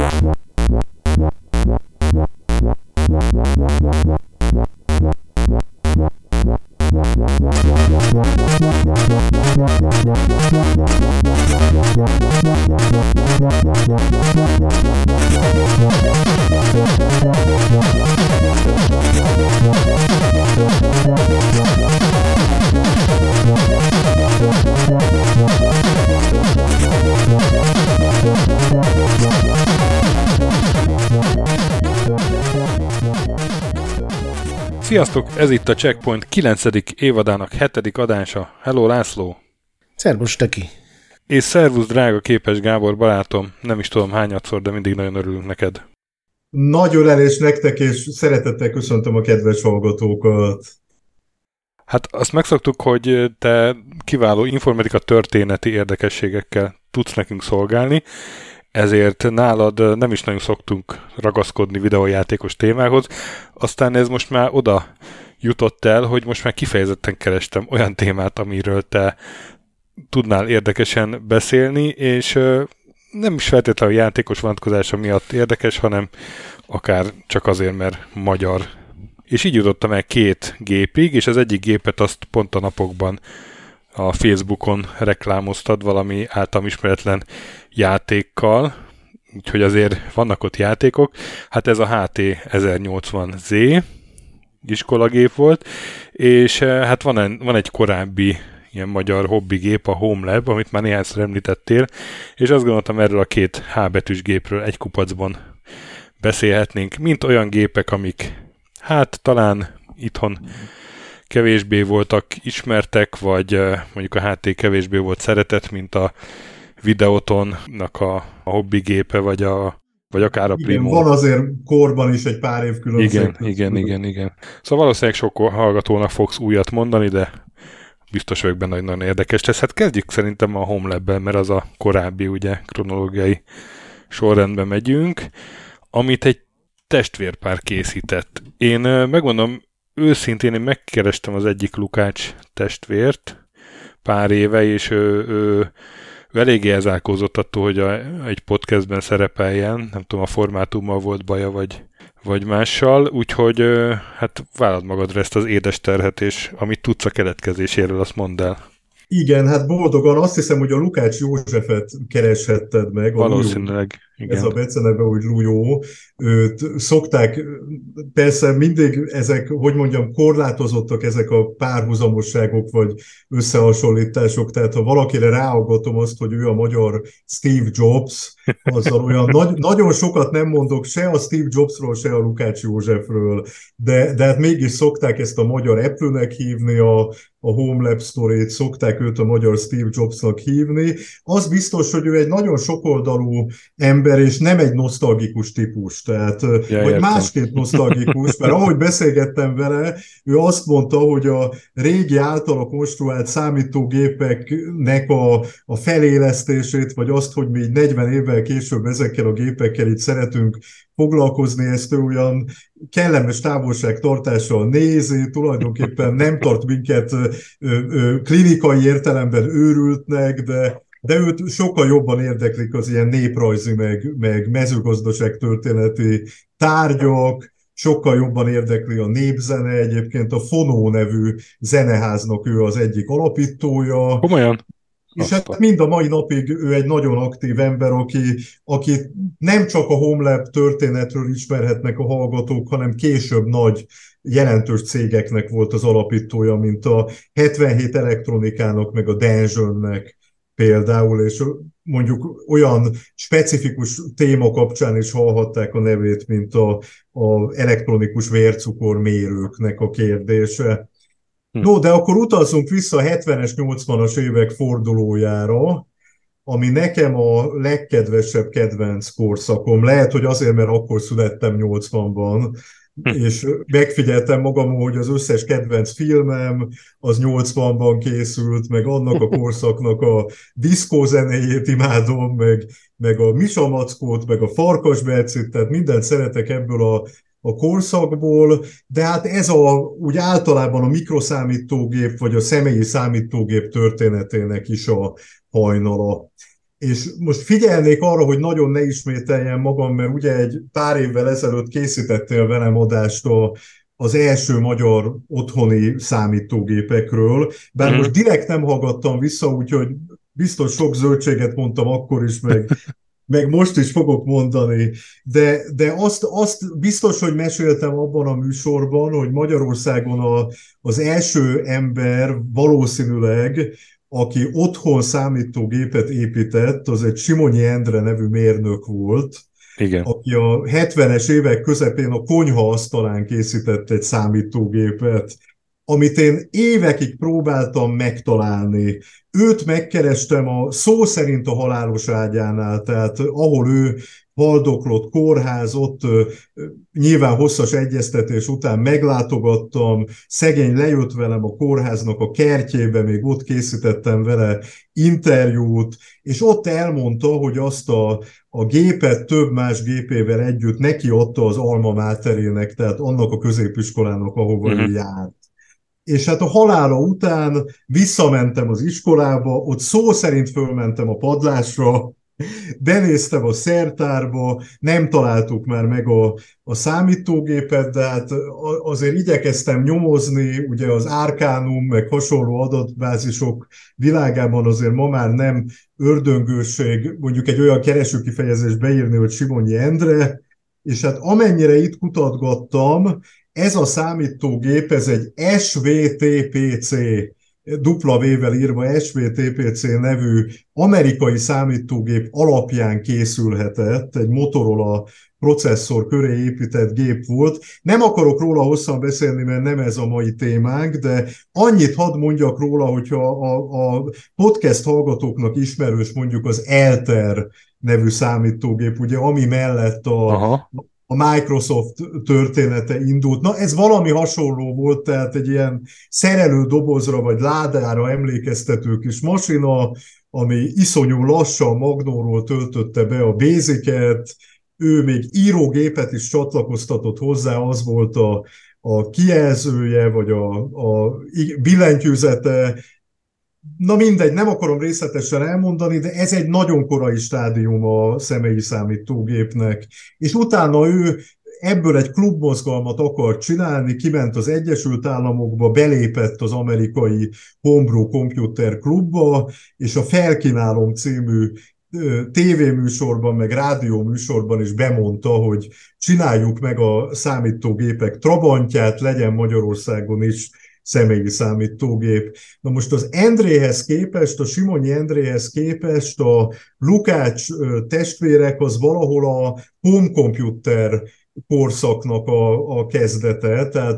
Sziasztok! Ez itt a Checkpoint 9. évadának 7. adása. Hello László! Szervusz Teki! És szervusz drága Képes Gábor barátom, nem is tudom hányadszor, de mindig nagyon örülünk neked. Nagy ölelés nektek, és szeretettel köszöntöm a kedves hallgatókat. Hát azt megszoktuk, hogy te kiváló informatika történeti érdekességekkel tudsz nekünk szolgálni, ezért nálad nem is nagyon szoktunk ragaszkodni videójátékos témához. Aztán ez most már oda jutott el, hogy most már kifejezetten kerestem olyan témát, amiről te tudnál érdekesen beszélni, és nem is feltétlenül a játékos vonatkozása miatt érdekes, hanem akár csak azért, mert magyar. És így jutottam el 2 gépig, és az egyik gépet azt pont a napokban a Facebookon reklámoztad valami általam ismeretlen játékkal, úgyhogy azért vannak ott játékok. Hát ez a HT 1080Z iskolagép volt, és hát van egy korábbi ilyen magyar hobbigép, a HomeLab, amit már néhányszor említettél, és azt gondoltam, erről a 2 H betűs gépről egy kupacban beszélhetnénk, mint olyan gépek, amik hát talán itthon kevésbé voltak ismertek, vagy mondjuk a HT kevésbé volt szeretett, mint a Videotonnak a hobbigépe, vagy akár a Primo. Igen, van azért korban is egy pár év különbség. Igen. Szóval valószínűleg sok hallgatónak fogsz újat mondani, de biztos vagyok benne, hogy nagyon érdekes lesz. Hát kezdjük szerintem a HomeLab-ben, mert az a korábbi, ugye, kronológiai sorrendben megyünk, amit egy testvérpár készített. Én megmondom, őszintén én megkerestem az egyik Lukács testvért pár éve, és ő eléggé elzárkózott attól, hogy egy podcastben szerepeljen, nem tudom, a formátummal volt baja, vagy mással, úgyhogy hát vállald magadra ezt az édes terhet, és amit tudsz a keletkezéséről, azt mondd el. Igen, hát boldogan azt hiszem, hogy a Lukács Józsefet kereshetted meg. Valószínűleg, igen. Ez a beceneve, hogy Lujó. Őt szokták, persze mindig ezek, hogy mondjam, korlátozottak ezek a párhuzamosságok, vagy összehasonlítások, tehát ha valakire ráaggatom azt, hogy ő a magyar Steve Jobs, azzal olyan nagyon sokat nem mondok se a Steve Jobsról, se a Lukács Józsefről, de hát mégis szokták ezt a magyar Apple-nek hívni, a HomeLab Story-t, szokták őt a magyar Steve Jobsnak hívni. Az biztos, hogy ő egy nagyon sokoldalú ember, és nem egy nosztalgikus típus, tehát, vagy másképp nosztalgikus, mert ahogy beszélgettem vele, ő azt mondta, hogy a régi általa konstruált számítógépeknek a felélesztését, vagy azt, hogy mi 40 évvel később ezekkel a gépekkel itt szeretünk foglalkozni, ezt ő olyan kellemes távolságtartással nézi, tulajdonképpen nem tart minket klinikai értelemben őrültnek, de őt sokkal jobban érdeklik az ilyen néprajzi, meg mezőgazdaságtörténeti tárgyak, sokkal jobban érdekli a népzene, egyébként a Fonó nevű zeneháznak ő az egyik alapítója. Komolyan? És hát mind a mai napig ő egy nagyon aktív ember, aki nem csak a HomeLab történetről ismerhetnek a hallgatók, hanem később nagy jelentős cégeknek volt az alapítója, mint a 77 Elektronikának, meg a Dungeonnek például, és mondjuk olyan specifikus téma kapcsán is hallhatták a nevét, mint a elektronikus vércukormérőknek a kérdése. No, de akkor utazzunk vissza a 70-es, 80-as évek fordulójára, ami nekem a legkedvesebb kedvenc korszakom. Lehet, hogy azért, mert akkor születtem 80-ban, és megfigyeltem magam, hogy az összes kedvenc filmem az 80-ban készült, meg annak a korszaknak a diszkózenéjét imádom, meg a Misa Mackót, meg a Farkas Bercit, tehát mindent szeretek ebből a korszakból, de hát ez úgy általában a mikroszámítógép vagy a személyi számítógép történetének is a hajnala. És most figyelnék arra, hogy nagyon ne ismételjem magam, mert ugye egy pár évvel ezelőtt készítettél velem adást az első magyar otthoni számítógépekről, bár most direkt nem hallgattam vissza, úgyhogy biztos sok zöldséget mondtam akkor is, meg most is fogok mondani, de azt biztos, hogy meséltem abban a műsorban, hogy Magyarországon az első ember valószínűleg, aki otthon számítógépet épített, az egy Simonyi Endre nevű mérnök volt, Igen. aki a 70-es évek közepén a konyha asztalán készített egy számítógépet, amit én évekig próbáltam megtalálni. Őt megkerestem szó szerint a halálos ágyánál, tehát ahol ő haldoklott, kórház, ott nyilván hosszas egyeztetés után meglátogattam, szegény lejött velem a kórháznak a kertjébe, még ott készítettem vele interjút, és ott elmondta, hogy azt a gépet több más gépével együtt neki adta az Alma Máterének, tehát annak a középiskolának, ahova ő járt. És hát a halála után visszamentem az iskolába, ott szó szerint fölmentem a padlásra, benéztem a szertárba, nem találtuk már meg a számítógépet, de hát azért igyekeztem nyomozni, ugye az Arcanum, meg hasonló adatbázisok világában azért ma már nem ördöngőség, mondjuk egy olyan keresőkifejezést beírni, hogy Simonyi Endre, és hát amennyire itt kutatgattam, ez a számítógép, ez egy SVTPC, dupla V-vel írva SVTPC nevű amerikai számítógép alapján készülhetett, egy Motorola processzor köré épített gép volt. Nem akarok róla hosszan beszélni, mert nem ez a mai témánk, de annyit hadd mondjak róla, hogyha a podcast hallgatóknak ismerős mondjuk az Altair nevű számítógép, ugye, ami mellett a Microsoft története indult. Na, ez valami hasonló volt, tehát egy ilyen szerelő dobozra vagy ládára emlékeztető kis masina, ami iszonyú lassan Magnóról töltötte be a Basic-et, ő még írógépet is csatlakoztatott hozzá, az volt a kijelzője, vagy a billentyűzete. Na mindegy, nem akarom részletesen elmondani, de ez egy nagyon korai stádium a személyi számítógépnek. És utána ő ebből egy klubmozgalmat akart csinálni, kiment az Egyesült Államokba, belépett az amerikai Homebrew Computer Klubba, és a Felkínálom című tévéműsorban, meg rádióműsorban is bemondta, hogy csináljuk meg a számítógépek trabantját, legyen Magyarországon is személyi számítógép. Na most az Endréhez képest, a Simonyi Endréhez képest a Lukács testvérek az valahol a home computer korszaknak a kezdete, tehát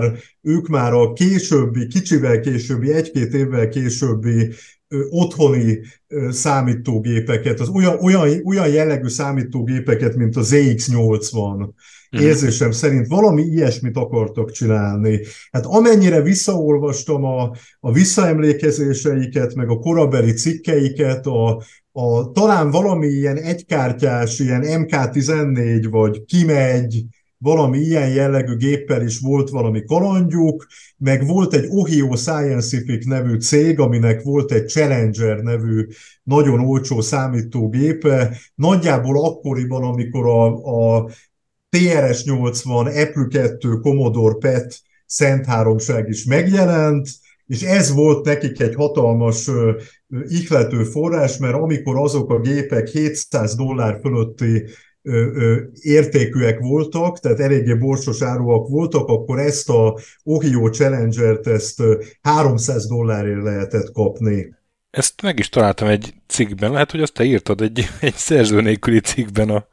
ők már a későbbi, kicsivel későbbi, egy-két évvel későbbi otthoni számítógépeket, az olyan jellegű számítógépeket, mint a ZX80, érzésem szerint valami ilyesmit akartak csinálni. Hát amennyire visszaolvastam a visszaemlékezéseiket, meg a korabeli cikkeiket, talán valami ilyen egykártyás, ilyen MK14 vagy Kim-1, valami ilyen jellegű géppel is volt valami kalandjuk, meg volt egy Ohio Scientific nevű cég, aminek volt egy Challenger nevű nagyon olcsó számítógépe, nagyjából akkoriban, amikor a TRS-80, Apple 2, Commodore PET szent háromság is megjelent, és ez volt nekik egy hatalmas ihlető forrás, mert amikor azok a gépek $700 fölötti értékűek voltak, tehát eléggé borsos áruak voltak, akkor ezt a Ohio Challenger-t ezt $300 lehetett kapni. Ezt meg is találtam egy cikkben, lehet, hogy azt te írtad egy szerző nélküli cikkben a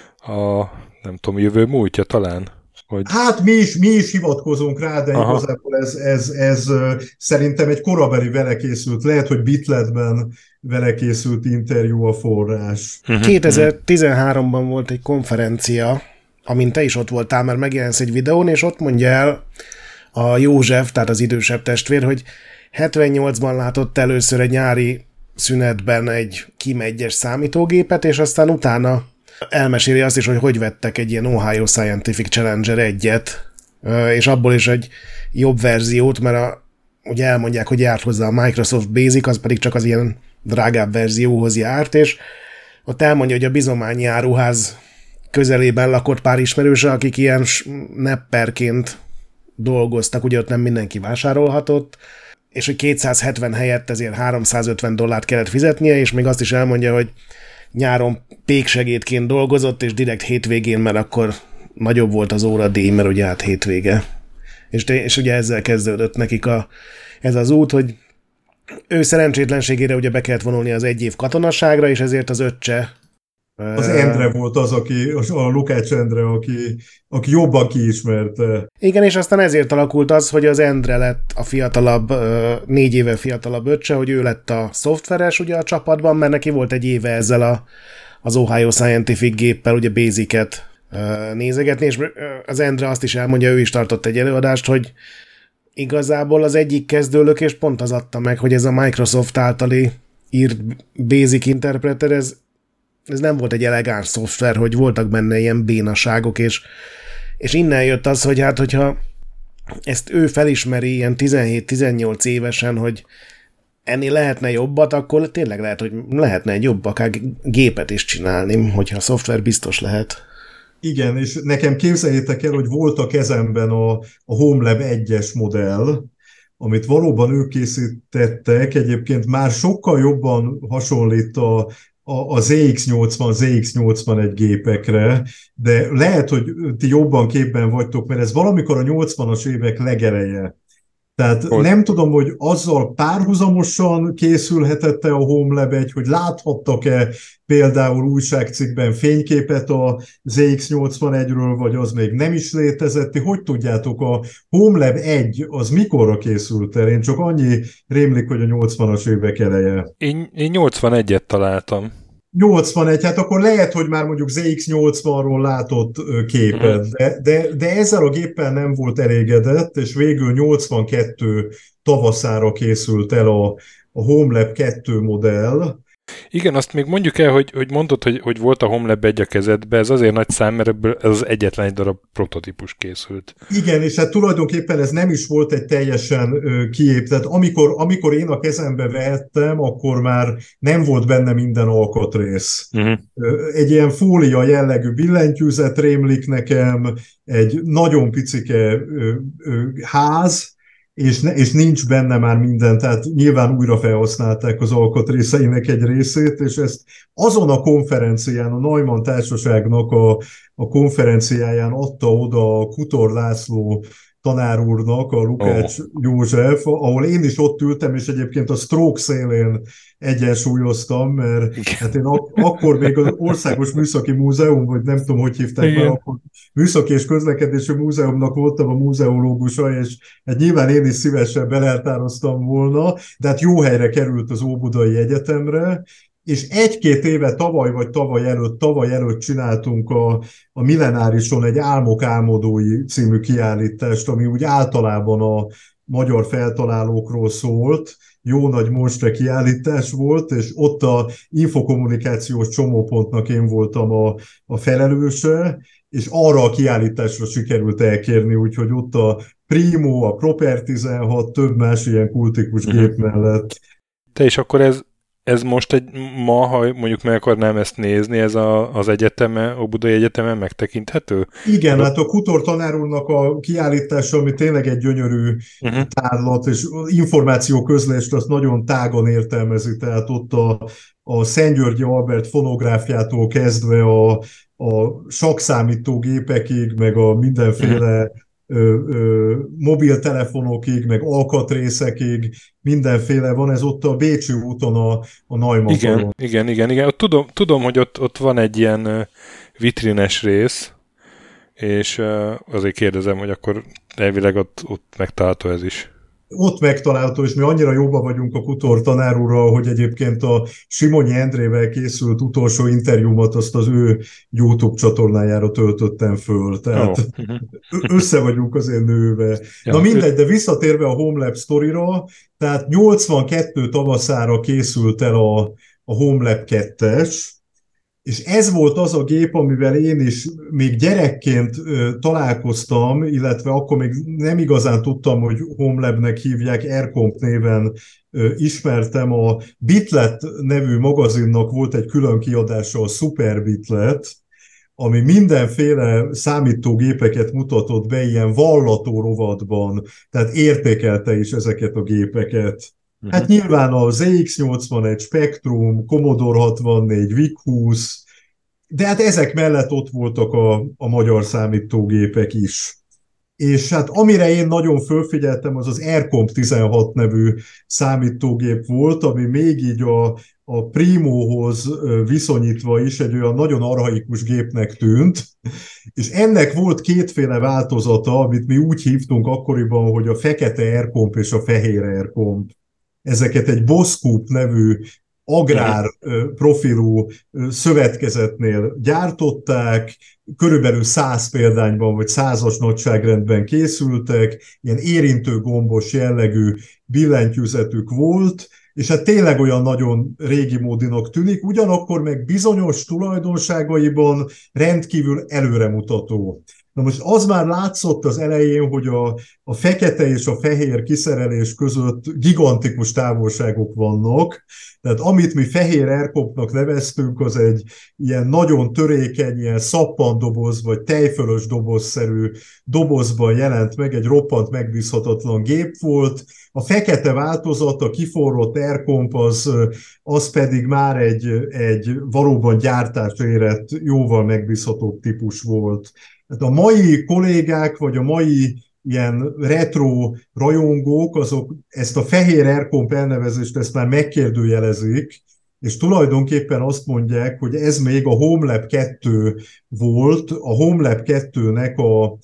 nem tudom, jövő múltja talán. Hogy... Hát mi is hivatkozunk rá, de igazából ez szerintem egy korabeli vele készült, lehet, hogy Bitletben vele készült interjú a forrás. 2013-ban volt egy konferencia, amin te is ott voltál, mert megjelensz egy videón, és ott mondja el a József, tehát az idősebb testvér, hogy 78-ban látott először egy nyári szünetben egy Kim 1-es számítógépet, és aztán utána elmeséli azt is, hogy vettek egy ilyen Ohio Scientific Challenger 1-et, és abból is egy jobb verziót, mert ugye elmondják, hogy járt hozzá a Microsoft Basic, az pedig csak az ilyen drágább verzióhoz járt, és ott elmondja, hogy a bizományi áruház közelében lakott pár ismerőse, akik ilyen nepperként dolgoztak, ugye ott nem mindenki vásárolhatott, és hogy 270 helyett ezért $350 kellett fizetnie, és még azt is elmondja, hogy nyáron péksegédként dolgozott, és direkt hétvégén, mert akkor nagyobb volt az óradíj, mert ugye hát hétvége. És ugye ezzel kezdődött nekik ez az út, hogy ő szerencsétlenségére ugye be kellett vonulni az 1 év katonaságra, és ezért az öccse. Az Endre volt az, a Lukács Endre, aki jobban kiismerte. Igen, és aztán ezért alakult az, hogy az Endre lett a fiatalabb, 4 éve fiatalabb öccse, hogy ő lett a szoftveres ugye a csapatban, mert neki volt 1 éve ezzel az Ohio Scientific géppel ugye Basic-et nézegetni, és az Endre azt is elmondja, ő is tartott egy előadást, hogy igazából az egyik kezdőlökést pont az adta meg, hogy ez a Microsoft általi írt Basic Interpreter, ez nem volt egy elegáns szoftver, hogy voltak benne ilyen bénaságok, és innen jött az, hogy hát, hogyha ezt ő felismeri ilyen 17-18 évesen, hogy ennél lehetne jobbat, akkor tényleg lehet, hogy lehetne egy jobb, akár gépet is csinálni, hogyha a szoftver biztos lehet. Igen, és nekem képzeljétek el, hogy volt a kezemben a HomeLab 1-es modell, amit valóban ők készítettek, egyébként már sokkal jobban hasonlít a ZX80, ZX81 gépekre, de lehet, hogy ti jobban képben vagytok, mert ez valamikor a 80-as évek legeleje. Tehát nem tudom, hogy azzal párhuzamosan készülhetett-e a HomeLab 1, hogy láthattak-e például újságcikkben fényképet a ZX81-ről, vagy az még nem is létezett. Ti hogy tudjátok, a HomeLab 1 az mikorra készült el? Én csak annyi rémlik, hogy a 80-as évek eleje. Én 81-et találtam. 81, hát akkor lehet, hogy már mondjuk ZX80-ról látott képet, de ezzel a géppel nem volt elégedett, és végül 82 tavaszára készült el a HomeLab 2 modell. Igen, azt még mondjuk el, hogy mondod, hogy volt a HomeLab 1 a kezedbe, ez azért nagy szám, mert ebből ez az egyetlen egy darab prototípus készült. Igen, és hát tulajdonképpen ez nem is volt egy teljesen kiép. Tehát amikor én a kezembe vehettem, akkor már nem volt benne minden alkatrész. Egy ilyen fólia jellegű billentyűzet rémlik nekem, egy nagyon picike ház, és nincs benne már minden, tehát nyilván újra felhasználták az alkatrészeinek egy részét, és ezt azon a konferencián, a Neumann Társaságnak a konferenciáján adta oda a Kutor László tanár úrnak, a Lukács József, ahol én is ott ültem, és egyébként a stroke szélén egyensúlyoztam, mert hát én akkor még az Országos Műszaki Múzeum, vagy nem tudom, hogy hívták már, akkor Műszaki és Közlekedési Múzeumnak voltam a múzeológusa, és hát nyilván én is szívesen beleltároztam volna, de hát jó helyre került az Óbudai Egyetemre, és 1-2 éve tavaly előtt csináltunk a Millenárison egy Álmok álmodói című kiállítást, ami úgy általában a magyar feltalálókról szólt, jó nagy monstre kiállítás volt, és ott a infokommunikációs csomópontnak én voltam a felelőse, és arra a kiállításra sikerült elkérni, úgyhogy ott a Primo, a Proper 16, több más ilyen kultikus gép mellett. Te és akkor ez most ma, ha mondjuk meg akarnám ezt nézni, ez az egyetemen, a Budai Egyetemen megtekinthető? Igen, hát a Kutor tanár úrnak a kiállítása, ami tényleg egy gyönyörű tárlat, és információközlést azt nagyon tágan értelmezi, tehát ott a Szentgyörgyi Albert fonográfiától kezdve a sakkszámítógépekig, meg a mindenféle mobiltelefonokig, meg alkatrészekig, mindenféle van, ez ott a Bécsi úton a Neumann faron. Igen. Tudom, hogy ott van egy ilyen vitrines rész, és azért kérdezem, hogy akkor elvileg ott megtalálható ez is. Ott megtalálható, és mi annyira jóban vagyunk a Kutor tanár úrral, hogy egyébként a Simonyi Endrével készült utolsó interjúmat azt az ő YouTube csatornájára töltöttem föl. Tehát össze vagyunk az én nővel. Na mindegy, de visszatérve a HomeLab sztorira, tehát 82 tavaszára készült el a HomeLab 2-es, És ez volt az a gép, amivel én is még gyerekként találkoztam, illetve akkor még nem igazán tudtam, hogy Homelabnek hívják, Aircomp néven ismertem. A Bitlet nevű magazinnak volt egy külön kiadása, a Super Bitlet, ami mindenféle számítógépeket mutatott be ilyen vallató rovatban, tehát értékelte is ezeket a gépeket. Hát nyilván a ZX81, Spectrum, Commodore 64, VIC-20, de hát ezek mellett ott voltak a magyar számítógépek is. És hát amire én nagyon fölfigyeltem, az az Aircomp 16 nevű számítógép volt, ami még így a Primohoz viszonyítva is egy olyan nagyon archaikus gépnek tűnt, és ennek volt kétféle változata, amit mi úgy hívtunk akkoriban, hogy a fekete Aircomp és a fehér Aircomp. Ezeket egy Bosscoup nevű agrár profilú szövetkezetnél gyártották, körülbelül 100 példányban vagy 100-as nagyságrendben készültek, ilyen érintő gombos jellegű billentyűzetük volt, és hát tényleg olyan nagyon régi módinak tűnik, ugyanakkor meg bizonyos tulajdonságaiban rendkívül előremutató. Na most az már látszott az elején, hogy a fekete és a fehér kiszerelés között gigantikus távolságok vannak, tehát amit mi fehér Aircompnak neveztünk, az egy ilyen nagyon törékeny, ilyen szappandoboz vagy tejfölös dobozszerű dobozban jelent meg, egy roppant megbízhatatlan gép volt. A fekete változat, a kiforrott Aircomp, az pedig már egy valóban gyártásra érett, jóval megbízhatóbb típus volt. Hát a mai kollégák, vagy a mai ilyen retro rajongók, azok ezt a fehér Aircomp elnevezést ezt már megkérdőjelezik, és tulajdonképpen azt mondják, hogy ez még a Homelab 2 volt, a Homelab 2-nek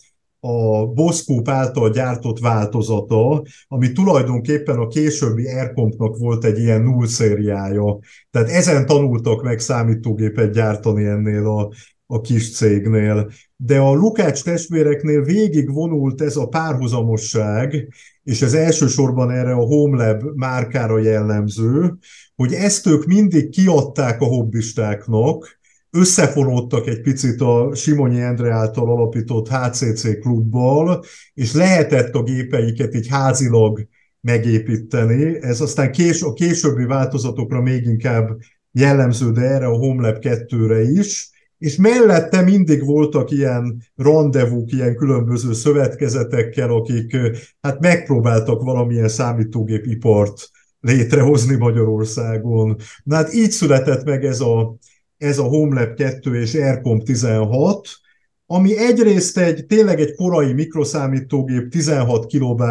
a Bosscoup által gyártott változata, ami tulajdonképpen a későbbi Aircompnak volt egy ilyen null szériája. Tehát ezen tanultak meg számítógépet gyártani ennél a kis cégnél. De a Lukács testvéreknél végig vonult ez a párhuzamosság, és ez elsősorban erre a Homelab márkára jellemző, hogy ezt ők mindig kiadták a hobbistáknak, összefonódtak egy picit a Simonyi Endre által alapított HCC klubbal, és lehetett a gépeiket így házilag megépíteni. Ez aztán a későbbi változatokra még inkább jellemző, de erre a Homelab 2-re is. És mellette mindig voltak ilyen randevúk, ilyen különböző szövetkezetekkel, akik hát megpróbáltak valamilyen számítógépipart létrehozni Magyarországon. Na hát így született meg ez a Homelab 2 és Aircomp 16, ami egyrészt tényleg egy korai mikroszámítógép, 16 KB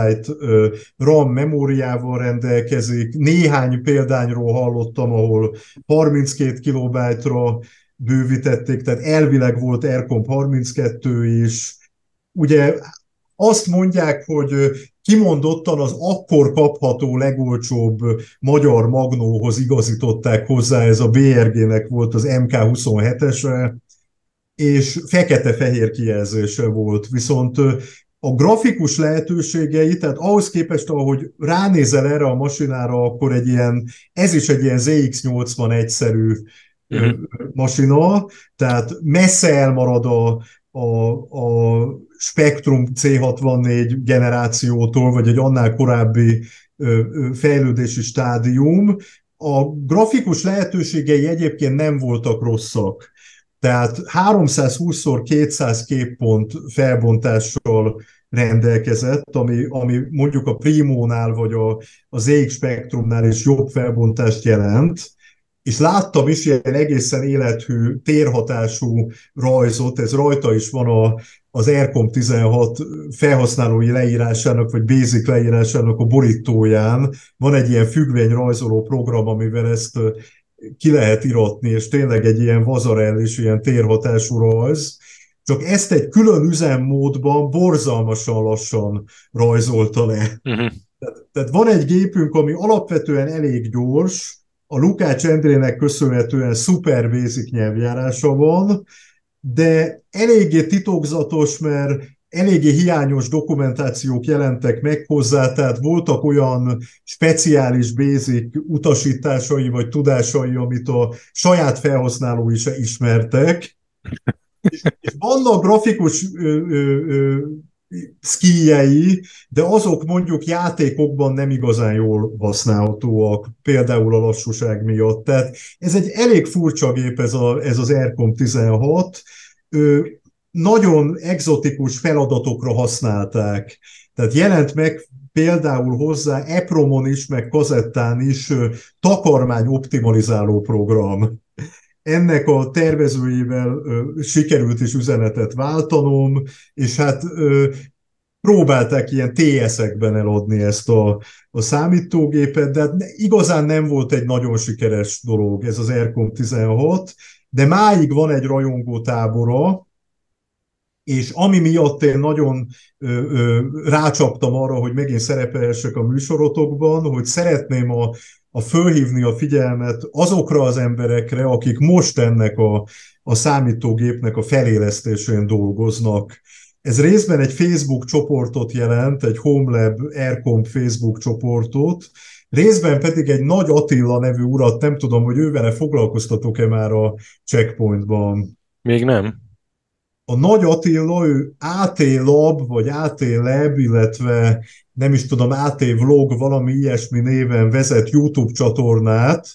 RAM memóriával rendelkezik. Néhány példányról hallottam, ahol 32 KB-ra bővítették, tehát elvileg volt Aircomp 32 is. Ugye azt mondják, hogy kimondottan az akkor kapható legolcsóbb magyar magnóhoz igazították hozzá, ez a BRG-nek volt az MK27-esre, és fekete-fehér kijelzése volt. Viszont a grafikus lehetőségei, tehát ahhoz képest, ahogy ránézel erre a masinára, akkor ez is egy ilyen ZX81-szerű masina, tehát messze elmarad a Spectrum C64 generációtól, vagy egy annál korábbi fejlődési stádium. A grafikus lehetőségei egyébként nem voltak rosszak. Tehát 320x200 képpont felbontással rendelkezett, ami mondjuk a Primónál vagy a ZX Spectrumnál is jobb felbontást jelent, és láttam is ilyen egészen élethű, térhatású rajzot, ez rajta is van az Aircomp 16 felhasználói leírásának, vagy basic leírásának a borítóján. Van egy ilyen függvényrajzoló program, amivel ezt ki lehet iratni, és tényleg egy ilyen vazarell és ilyen térhatású rajz. Csak ezt egy külön üzemmódban borzalmasan lassan rajzolta le. Tehát van egy gépünk, ami alapvetően elég gyors, a Lukács Endrének köszönhetően szuper basic nyelvjárása van, de eléggé titokzatos, mert eléggé hiányos dokumentációk jelentek meg hozzá, tehát voltak olyan speciális basic utasításai vagy tudásai, amit a saját felhasználói se ismertek, és vannak grafikus szkíjei, de azok mondjuk játékokban nem igazán jól használhatóak, például a lassúság miatt. Tehát ez egy elég furcsa gép, ez az Aircom 16. Nagyon egzotikus feladatokra használták. Tehát jelent meg például hozzá EPROM-on is, meg kazettán is takarmány optimalizáló program. Ennek a tervezőjével sikerült is üzenetet váltanom, és hát próbálták ilyen TS-ekben eladni ezt a számítógépet, de igazán nem volt egy nagyon sikeres dolog ez az Aircom 16, de máig van egy rajongó tábora, és ami miatt én nagyon rácsaptam arra, hogy megint szerepelhessek a műsorotokban, hogy szeretném fölhívni a figyelmet azokra az emberekre, akik most ennek a számítógépnek a felélesztésén dolgoznak. Ez részben egy Facebook csoportot jelent, egy HomeLab Aircom Facebook csoportot, részben pedig egy Nagy Attila nevű urat, nem tudom, hogy ővele foglalkoztatok-e már a Checkpointban. Még nem. A Nagy Attila, ő AT Lab, vagy AT Lab, illetve nem is tudom, AT Vlog, valami ilyesmi néven vezet YouTube csatornát,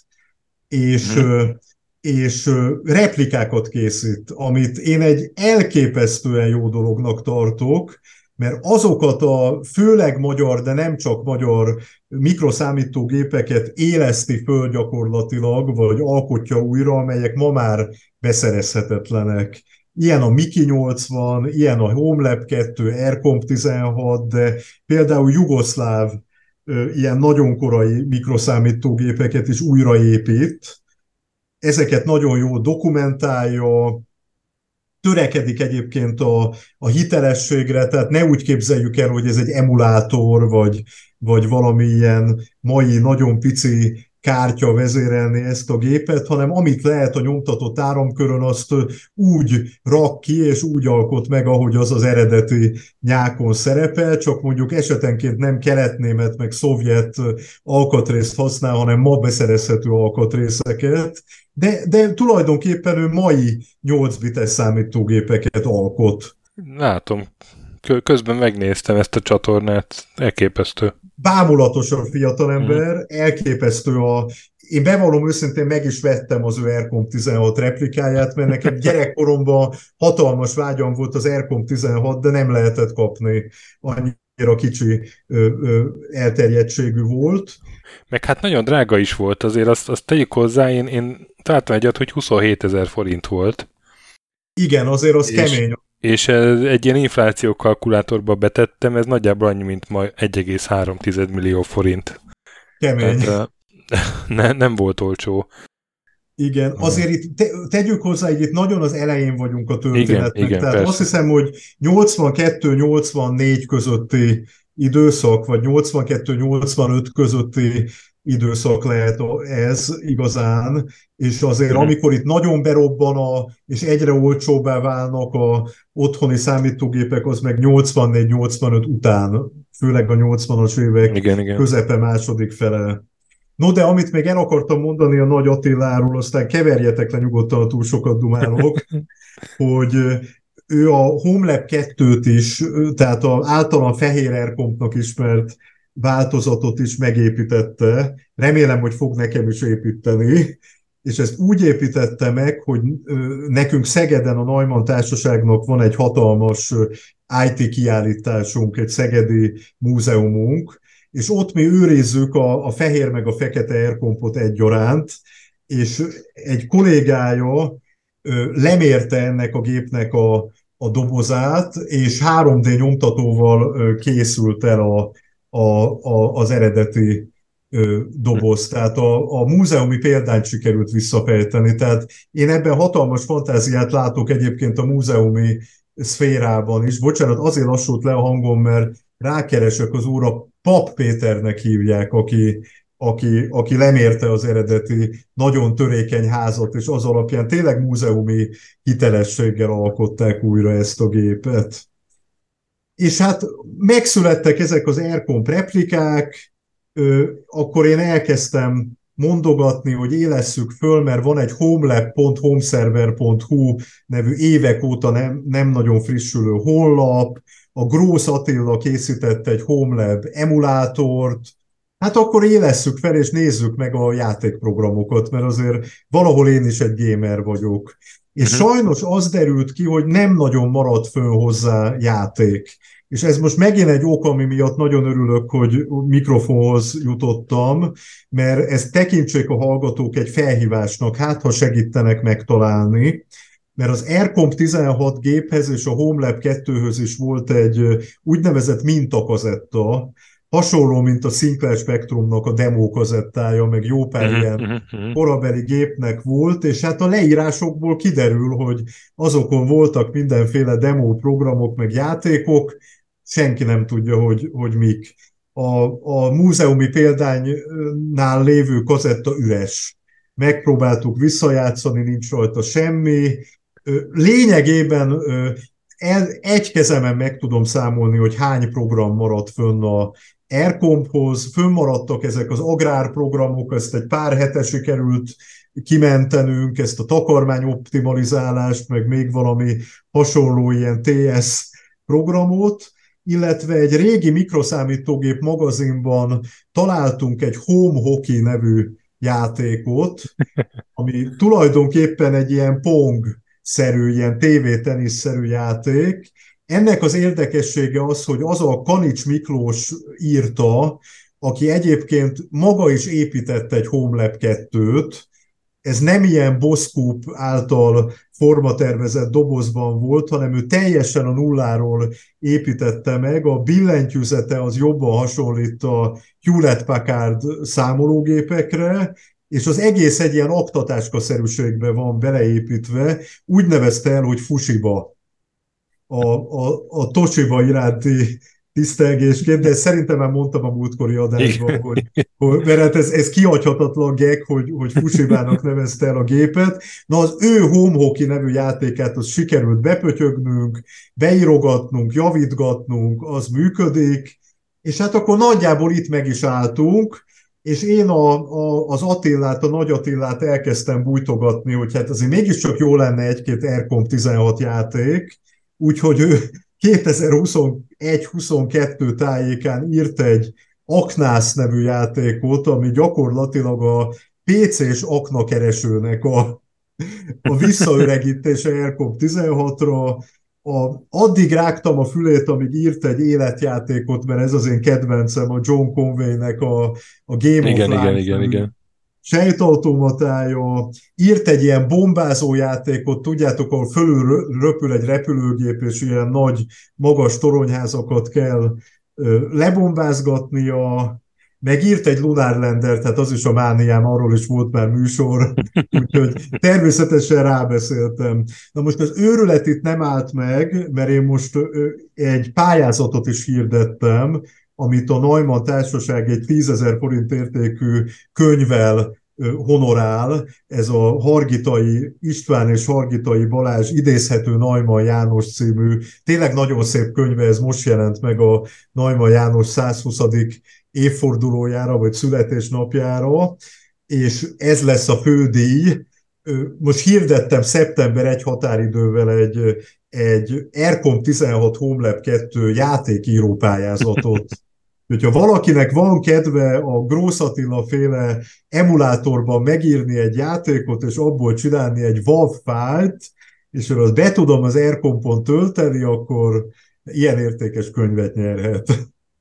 és replikákat készít, amit én egy elképesztően jó dolognak tartok, mert azokat a főleg magyar, de nem csak magyar mikroszámítógépeket éleszti föl gyakorlatilag, vagy alkotja újra, amelyek ma már beszerezhetetlenek. Ilyen a Miki 80, ilyen a HomeLab 2, Aircom 16, de például jugoszláv ilyen nagyon korai mikroszámítógépeket is újraépít. Ezeket nagyon jól dokumentálja, törekedik egyébként a hitelességre, tehát ne úgy képzeljük el, hogy ez egy emulátor, vagy valami ilyen mai nagyon pici kártya vezérelni ezt a gépet, hanem amit lehet a nyomtatott áramkörön, azt úgy rak ki, és úgy alkot meg, ahogy az eredeti nyákon szerepel, csak mondjuk esetenként nem keletnémet, meg szovjet alkatrészt használ, hanem ma beszerezhető alkatrészeket, de tulajdonképpen ő mai 8 bites számítógépeket alkot. Látom. Közben megnéztem ezt a csatornát. Elképesztő. Bámulatos a fiatalember, elképesztő Én bevallom őszintén, meg is vettem az ő Aircom 16 replikáját, mert nekem gyerekkoromban hatalmas vágyam volt az Aircom 16, de nem lehetett kapni. Annyira kicsi elterjedtségű volt. Meg hát nagyon drága is volt, azért azt tegyük hozzá, én találtam egyet, hogy 27 000 forint volt. Igen, azért az kemény. És egy ilyen infláció kalkulátorba betettem, ez nagyjából annyi, mint ma 1,3 millió forint. Kemény. Tehát, nem volt olcsó. Igen, azért itt tegyük hozzá, hogy itt nagyon az elején vagyunk a történetnek. Igen, tehát persze. azt hiszem, hogy 82-84 közötti időszak, vagy 82-85 közötti időszak lehet ez igazán, és azért amikor itt nagyon berobban és egyre olcsóbbá válnak a otthoni számítógépek, az meg 84-85 után, főleg a 80-as évek közepe második fele. No, de amit még el akartam mondani a Nagy Attiláról, aztán keverjetek le nyugodtan, ha túl sokat dumálok, hogy ő a HomeLab 2-t is, tehát az általán fehér Aircompnak ismert változatot is megépítette. Remélem, hogy fog nekem is építeni. És ezt úgy építette meg, hogy nekünk Szegeden a Neumann Társaságnak van egy hatalmas IT kiállításunk, egy szegedi múzeumunk, és ott mi őrizzük a fehér meg a fekete Aircompot egyaránt, és egy kollégája lemérte ennek a gépnek a dobozát, és 3D nyomtatóval készült el az eredeti doboz. Tehát a múzeumi példányt sikerült visszafejteni. Tehát én ebben hatalmas fantáziát látok egyébként a múzeumi szférában is. Bocsánat, azért lassult le a hangom, mert rákeresek az úrra, Pap Péternek hívják, aki lemérte az eredeti nagyon törékeny házat, és az alapján tényleg múzeumi hitelességgel alkották újra ezt a gépet. És hát megszülettek ezek az Aircomp replikák, akkor én elkezdtem mondogatni, hogy élesszük föl, mert van egy homelab.homeserver.hu nevű évek óta nem nagyon frissülő honlap, a Grósz Attila készített egy Homelab emulátort, hát akkor élesszük fel, és nézzük meg a játékprogramokat, mert azért valahol én is egy gamer vagyok. És sajnos az derült ki, hogy nem nagyon maradt fönn hozzá játék. És ez most megint egy ok, ami miatt nagyon örülök, hogy mikrofonhoz jutottam, mert ezt tekintsék a hallgatók egy felhívásnak, hát ha segítenek megtalálni, mert az Aircomp 16 géphez és a Homelab 2-höz is volt egy úgynevezett mintakazetta, hasonló, mint a Sinclair Spectrumnak a demo kazettája, meg jó pár ilyen korabeli gépnek volt, és hát a leírásokból kiderül, hogy azokon voltak mindenféle demo programok, meg játékok, senki nem tudja, hogy mik. A múzeumi példánynál lévő kazetta üres. Megpróbáltuk visszajátszani, nincs rajta semmi. Lényegében egy kezemen meg tudom számolni, hogy hány program maradt fönn a Aircomphoz, fönnmaradtak ezek az agrárprogramok, ezt egy pár hete sikerült kimentenünk, ezt a takarmányoptimalizálást, meg még valami hasonló ilyen TS programot, illetve egy régi mikroszámítógép magazinban találtunk egy Home Hockey nevű játékot, ami tulajdonképpen egy ilyen Pong-szerű, ilyen tévétenisz-szerű játék. Ennek az érdekessége az, hogy az a Kanics Miklós írta, aki egyébként maga is épített egy Homelab 2-t, ez nem ilyen Boszkup által formatervezett dobozban volt, hanem ő teljesen a nulláról építette meg. A billentyűzete az jobban hasonlít a Hewlett-Packard számológépekre, és az egész egy ilyen aktatáskaszerűségbe van beleépítve, úgy nevezte el, hogy Fushiba. A Toshiba iránti tisztelgésként, de szerintem már mondtam a múltkori adásban, mert hát ez kihagyhatatlan gag, hogy Fushibának nevezte el a gépet. Na az ő Home Hockey nevű játékát az sikerült bepötyögnünk, beírogatnunk, javítgatnunk, az működik, és hát akkor nagyjából itt meg is álltunk, és én az Attilát, a Nagy Attilát elkezdtem bújtogatni, hogy hát azért mégiscsak jó lenne egy-két Aircomp 16 játék, úgyhogy ő 2021-22 tájékán írt egy Aknász nevű játékot, ami gyakorlatilag a PC-s aknakeresőnek a visszaöregítése Aircomp 16-ra. Addig rágtam a fülét, amíg írt egy életjátékot, mert ez az én kedvencem, a John Conway-nek a Game of Life. Igen. Sejtautomatája, írt egy ilyen bombázó játékot, tudjátok, ahol fölül röpül egy repülőgép, és ilyen nagy, magas toronyházakat kell lebombázgatnia, meg írt egy Lunar Lander, tehát az is a mániám, arról is volt már műsor, úgyhogy természetesen rábeszéltem. Na most az őrület itt nem állt meg, mert én most egy pályázatot is hirdettem, amit a Neumann Társaság egy 10 000 forint értékű könyvvel honorál. Ez a Hargitai István és Hargitai Balázs idézhető Neumann János című, tényleg nagyon szép könyve, ez most jelent meg a Neumann János 120. évfordulójára, vagy születésnapjára, és ez lesz a fődíj. Most hirdettem szeptember 1 határidővel egy Aircomp 16 Homelab 2 játékíró pályázatot. Hogyha valakinek van kedve a Grósz Attila féle emulátorban megírni egy játékot, és abból csinálni egy WAV fájlt, és azt be tudom az Aircompon tölteni, akkor ilyen értékes könyvet nyerhet.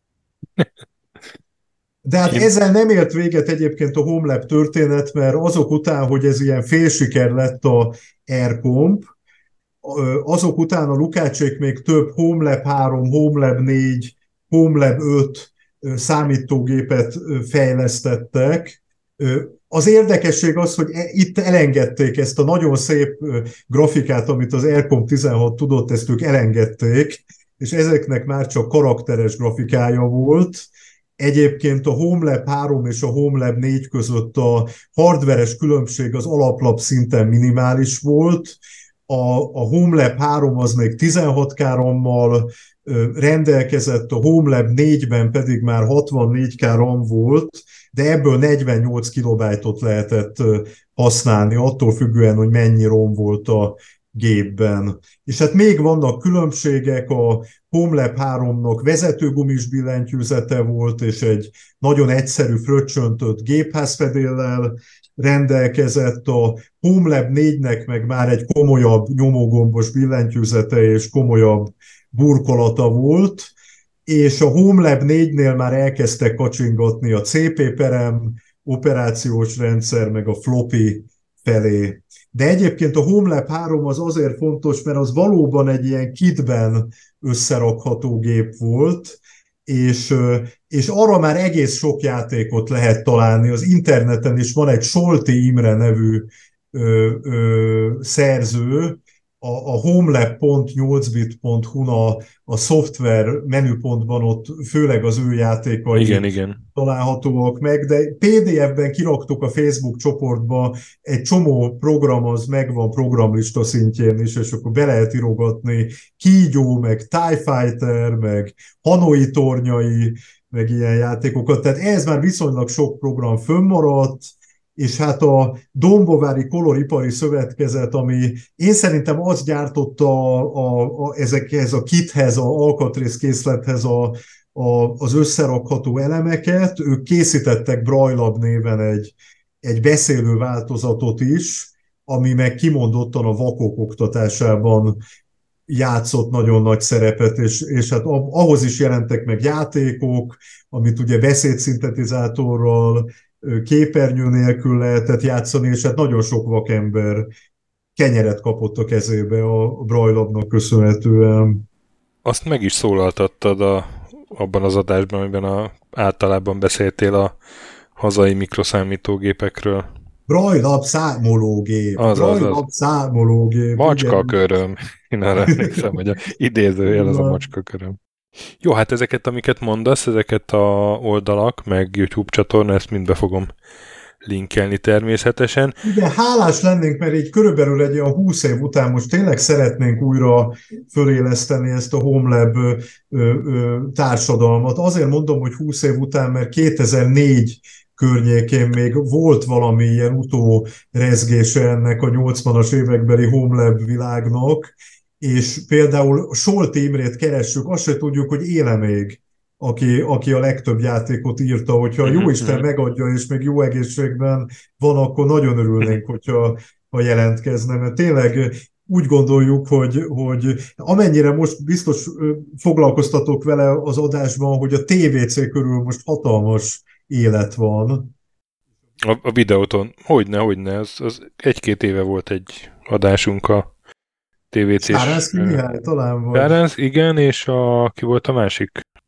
De hát ezzel nem ért véget egyébként a Homelab történet, mert azok után, hogy ez ilyen félsiker lett a Aircomp, azok után a Lukácsék még több Homelab 3, Homelab 4, Homelab 5 számítógépet fejlesztettek. Az érdekesség az, hogy itt elengedték ezt a nagyon szép grafikát, amit az Aircomp 16 tudott, ezt ők elengedték, és ezeknek már csak karakteres grafikája volt. Egyébként a Homelab 3 és a Homelab 4 között a hardveres különbség az alaplap szinten minimális volt. a HomeLab 3 az még 16K RAM-mal rendelkezett, a HomeLab 4-ben pedig már 64K RAM volt, de ebből 48 kilobájtot lehetett használni, attól függően, hogy mennyi ROM volt a gépben. És hát még vannak különbségek, a HomeLab 3-nak vezetőgumis billentyűzete volt, és egy nagyon egyszerű fröccsöntött gépházfedéllel rendelkezett, a HomeLab 4-nek meg már egy komolyabb nyomógombos billentyűzete és komolyabb burkolata volt, és a HomeLab 4-nél már elkezdtek kacsingatni a CP perem, operációs rendszer, meg a floppy felé. De egyébként a HomeLab 3 az azért fontos, mert az valóban egy ilyen kitben összerakható gép volt, és arra már egész sok játékot lehet találni. Az interneten is van egy Solti Imre nevű szerző, a homelab.8bit.hu a szoftver menüpontban ott főleg az ő játékai igen. találhatóak meg, de PDF-ben kiraktuk a Facebook csoportba, egy csomó program az megvan programlista szintjén is, és akkor be lehet írogatni Kígyó, meg TIE Fighter, meg Hanoi tornyai, meg ilyen játékokat, tehát ez már viszonylag sok program fönnmaradt, és hát a Dombovári Koloripari Szövetkezet, ami én szerintem azt gyártotta ezekhez a kithez, a alkatrészkészlethez az összerakható elemeket, ők készítettek Braille néven egy beszélő változatot is, ami meg kimondottan a vakok oktatásában játszott nagyon nagy szerepet, és hát ahhoz is jelentek meg játékok, amit ugye beszédszintetizátorral, képernyő nélkül lehetett játszani, és hát nagyon sok vakember kenyeret kapott a kezébe a Braille-nak köszönhetően. Azt meg is szólaltattad abban az adásban, amiben általában beszéltél a hazai mikroszámítógépekről. Braille számológép. Számológép. Macskaköröm. Én arra emlékszem, hogy a idézőjel az a macskaköröm. Jó, hát ezeket, amiket mondasz, ezeket a oldalak, meg YouTube csatorna, ezt mind be fogom linkelni természetesen. Igen, hálás lennénk, mert így körülbelül egy olyan 20 év után most tényleg szeretnénk újra föléleszteni ezt a HomeLab társadalmat. Azért mondom, hogy 20 év után, mert 2004 környékén még volt valami ilyen utórezgése ennek a 80-as évekbeli HomeLab világnak, és például Solti Imrét keressük, azt se tudjuk, hogy éle még, aki a legtöbb játékot írta, hogyha jóisten megadja, és még jó egészségben van, akkor nagyon örülnénk, hogyha jelentkezne, mert tényleg úgy gondoljuk, hogy amennyire most biztos foglalkoztatok vele az adásban, hogy a TVC körül most hatalmas élet van. A videóton, hogyne, az 1-2 éve volt egy adásunk a TVC-s... Sáránszki Mihály talán volt. Sáránszki, igen, és ki volt a másik?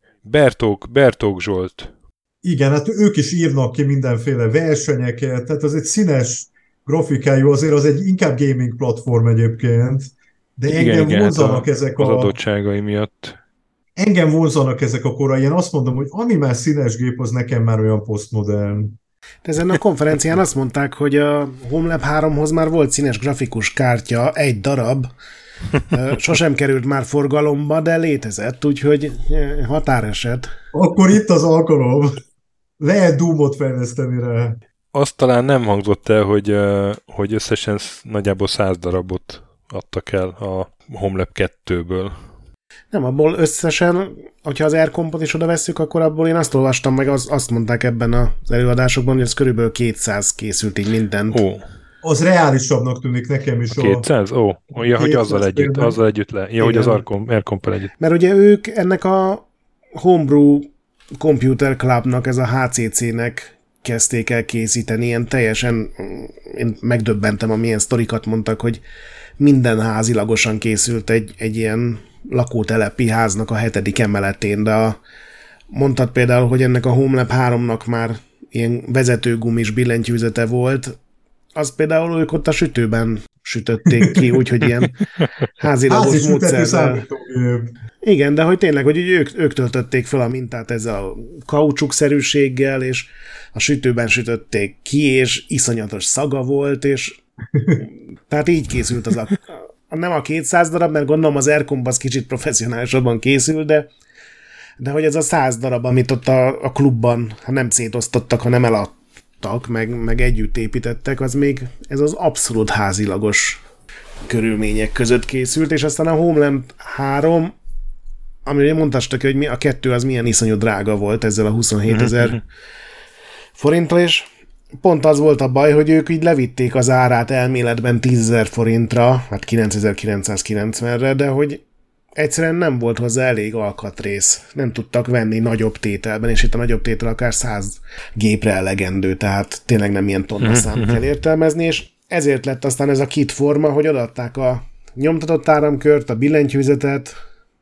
Bertók Zsolt. Igen, hát ők is írnak ki mindenféle versenyeket, tehát az egy színes grafikájú, azért az egy inkább gaming platform egyébként, de engem vonzanak ezek az adottságai miatt. Engem vonzanak ezek a korai, én azt mondom, hogy ami már színes gép, az nekem már olyan posztmodern. De ezen a konferencián azt mondták, hogy a HomeLab 3-hoz már volt színes grafikus kártya, egy darab, sosem került már forgalomba, de létezett, úgyhogy határeset. Akkor itt az alkalom. Lehet Doom-ot fejleszteni rá. Azt talán nem hangzott el, hogy összesen nagyjából 100 darabot adtak el a HomeLab 2-ből. Nem, abból összesen, hogyha az Aircompot is oda vesszük, akkor abból én azt olvastam meg, azt mondták ebben az előadásokban, hogy ez körülbelül 200 készült így mindent. Ó. Az reálisabbnak tűnik nekem is. 200? Ó, ja, hogy azzal együtt le. Ja, hogy az Aircompel együtt. Mert ugye ők ennek a Homebrew Computer Clubnak, ez a HCC-nek kezdték el készíteni, ilyen teljesen, én megdöbbentem, amilyen sztorikat mondtak, hogy minden házilagosan készült egy ilyen lakótelepi háznak a 7. emeletén, de mondtad például, hogy ennek a HomeLab 3-nak már ilyen vezetőgumis billentyűzete volt, az például ők ott a sütőben sütötték ki, úgyhogy ilyen házilagos módszerrel. Igen, de hogy tényleg, hogy ők töltötték fel a mintát ezzel a kaucsukszerűséggel, és a sütőben sütötték ki, és iszonyatos szaga volt, és tehát így készült nem a 200 darab, mert gondolom az Aircomp az kicsit professzionálisabban készül, de hogy ez a 100 darab, amit ott a klubban nem szétosztottak, hanem eladtak, meg együtt építettek, az még ez az abszolút házilagos körülmények között készült, és aztán a Homeland 3, amire mondtastak, hogy a 2 az milyen iszonyú drága volt ezzel a 27 000 forinttal, és pont az volt a baj, hogy ők így levitték az árát elméletben 10 000 forintra, hát 9990-re, de hogy egyszerűen nem volt hozzá elég alkatrész. Nem tudtak venni nagyobb tételben, és itt a nagyobb tétel akár 100 gépre elegendő, tehát tényleg nem ilyen tonna számot kell értelmezni, és ezért lett aztán ez a kit forma, hogy odaadták a nyomtatott áramkört, a billentyűzetet,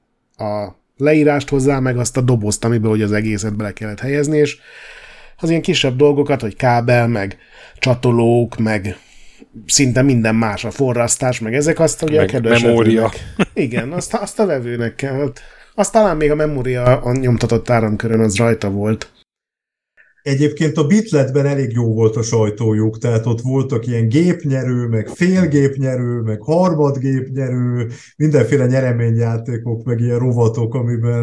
a leírást hozzá, meg azt a dobozt, amiből hogy az egészet bele kellett helyezni, és az ilyen kisebb dolgokat, hogy kábel, meg csatolók, meg szinte minden más, a forrasztás, meg ezek azt ugye a kedves memória. Igen, azt a vevőnek kell. Azt talán még a memória a nyomtatott áramkörön az rajta volt. Egyébként a Bitletben elég jó volt a sajtójuk, tehát ott voltak ilyen gépnyerő, meg félgépnyerő, meg harmadgépnyerő, mindenféle nyereményjátékok, meg ilyen rovatok,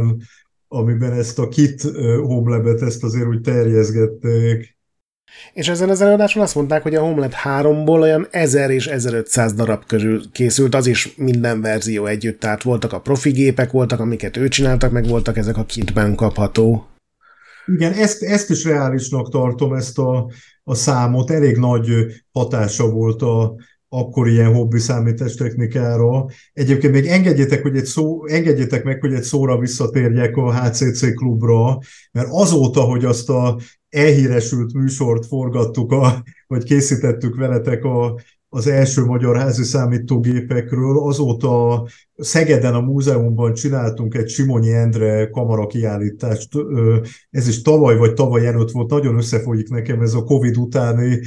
amiben ezt a kit Homelabet ezt azért úgy terjeszgették. És ezen az előadáson azt mondták, hogy a Homeland 3-ból olyan 1000 és 1500 darab körül készült, az is minden verzió együtt, tehát voltak a profi gépek, voltak, amiket ő csináltak, meg voltak ezek a kitben kapható. Igen, ezt is reálisnak tartom, ezt a számot, elég nagy hatása volt akkor ilyen hobbi számítástechnikára. Egyébként még engedjétek meg, hogy egy szóra visszatérjek a HCC klubra, mert azóta, hogy azt a elhíresült műsort forgattuk, vagy készítettük veletek az első magyar házi számítógépekről, azóta Szegeden a múzeumban csináltunk egy Simonyi Endre kamarakiállítást. Ez is tavaly vagy tavaly előtt volt, nagyon összefolyik nekem ez a Covid utáni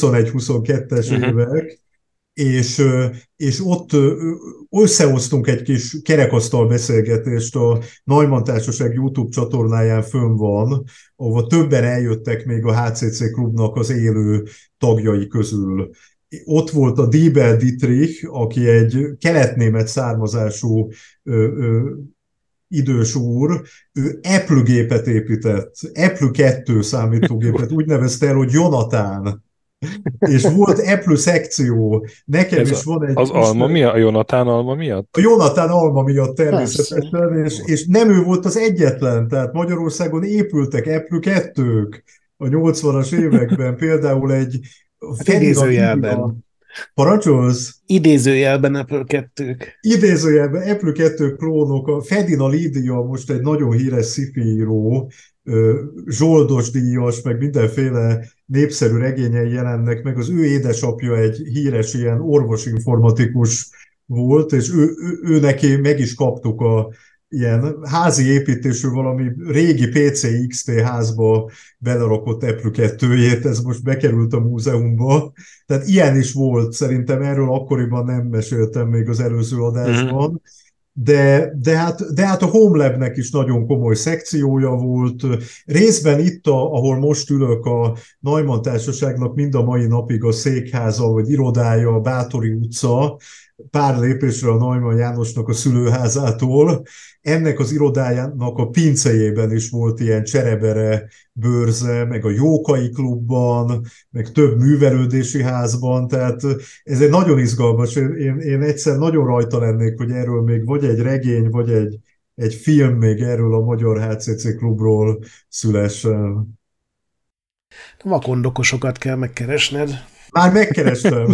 21-22-es évek, és ott összehoztunk egy kis kerekasztal beszélgetést, a Neumann Társaság YouTube csatornáján fönn van, ahol többen eljöttek még a HCC klubnak az élő tagjai közül. Ott volt a Diebel Dietrich, aki egy keletnémet származású idős úr, ő Apple gépet épített, Apple 2 számítógépet, úgy nevezte el, hogy Jonathan. És volt Apple szekció. Nekem is van egy... Az alma miatt? A Jonathan alma miatt? A Jonathan alma miatt természetesen, és nem ő volt az egyetlen, tehát Magyarországon épültek Apple 2-k a 80-as években, például egy... Idézőjelben. Parancsolsz? Idézőjelben Apple 2-k. Idézőjelben Apple 2 klónok. A Fedina Lídia most egy nagyon híres sci-fi író, zsoldos díjas, meg mindenféle népszerű regényei jelennek meg. Az ő édesapja egy híres ilyen orvosinformatikus volt, és ő neki meg is kaptuk ilyen házi építésű valami régi PC XT házba belerakott Apple 2-jét, ez most bekerült a múzeumba. Tehát ilyen is volt, szerintem erről akkoriban nem meséltem még az előző adásban. De hát a Homelabnek is nagyon komoly szekciója volt. Részben itt, ahol most ülök, a Neumann Társaságnak mind a mai napig a székháza vagy irodája, a Bátori utca, pár lépésre a Neumann Jánosnak a szülőházától. Ennek az irodájának a pincejében is volt ilyen cserebere bőrze, meg a Jókai klubban, meg több művelődési házban, tehát ez egy nagyon izgalmas. Én egyszer nagyon rajta lennék, hogy erről még vagy egy regény, vagy egy film még erről a magyar HCC klubról szülessen. Vakondokosokat kell megkeresned. Már megkerestem.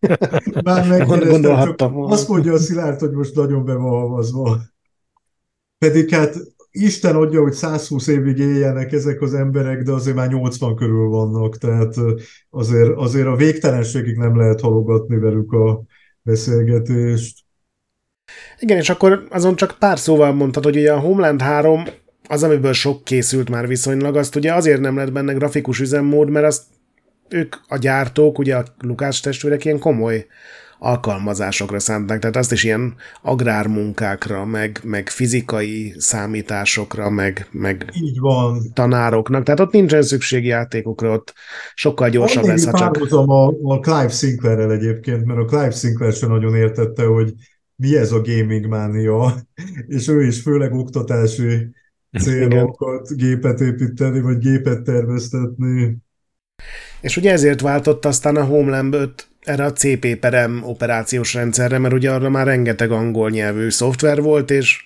Gondolhattam. Azt mondja a Szilárd, hogy most nagyon be van havazva. Pedig hát Isten adja, hogy 120 évig éljenek ezek az emberek, de azért már 80 körül vannak, tehát azért a végtelenségig nem lehet halogatni velük a beszélgetést. Igen, és akkor azon csak pár szóval mondtad, hogy ugye a Homeland 3 az, amiből sok készült már viszonylag, azt ugye azért nem lett benne grafikus üzemmód, mert azt ők a gyártók, ugye a Lukács testvérek ilyen komoly alkalmazásokra szánták, tehát azt is ilyen agrármunkákra, meg fizikai számításokra, meg így van. Tanároknak, tehát ott nincsen szükség játékokra, ott sokkal gyorsabb lesz, ha csak... A Clive Sinclairrel egyébként, mert a Clive Sinclair sem nagyon értette, hogy mi ez a gaming mánia, és ő is főleg oktatási célra Igen. akart gépet építeni, vagy gépet terveztetni. És ugye ezért váltott aztán a Homeland 5 erre a CP per M operációs rendszerre, mert ugye arra már rengeteg angol nyelvű szoftver volt, és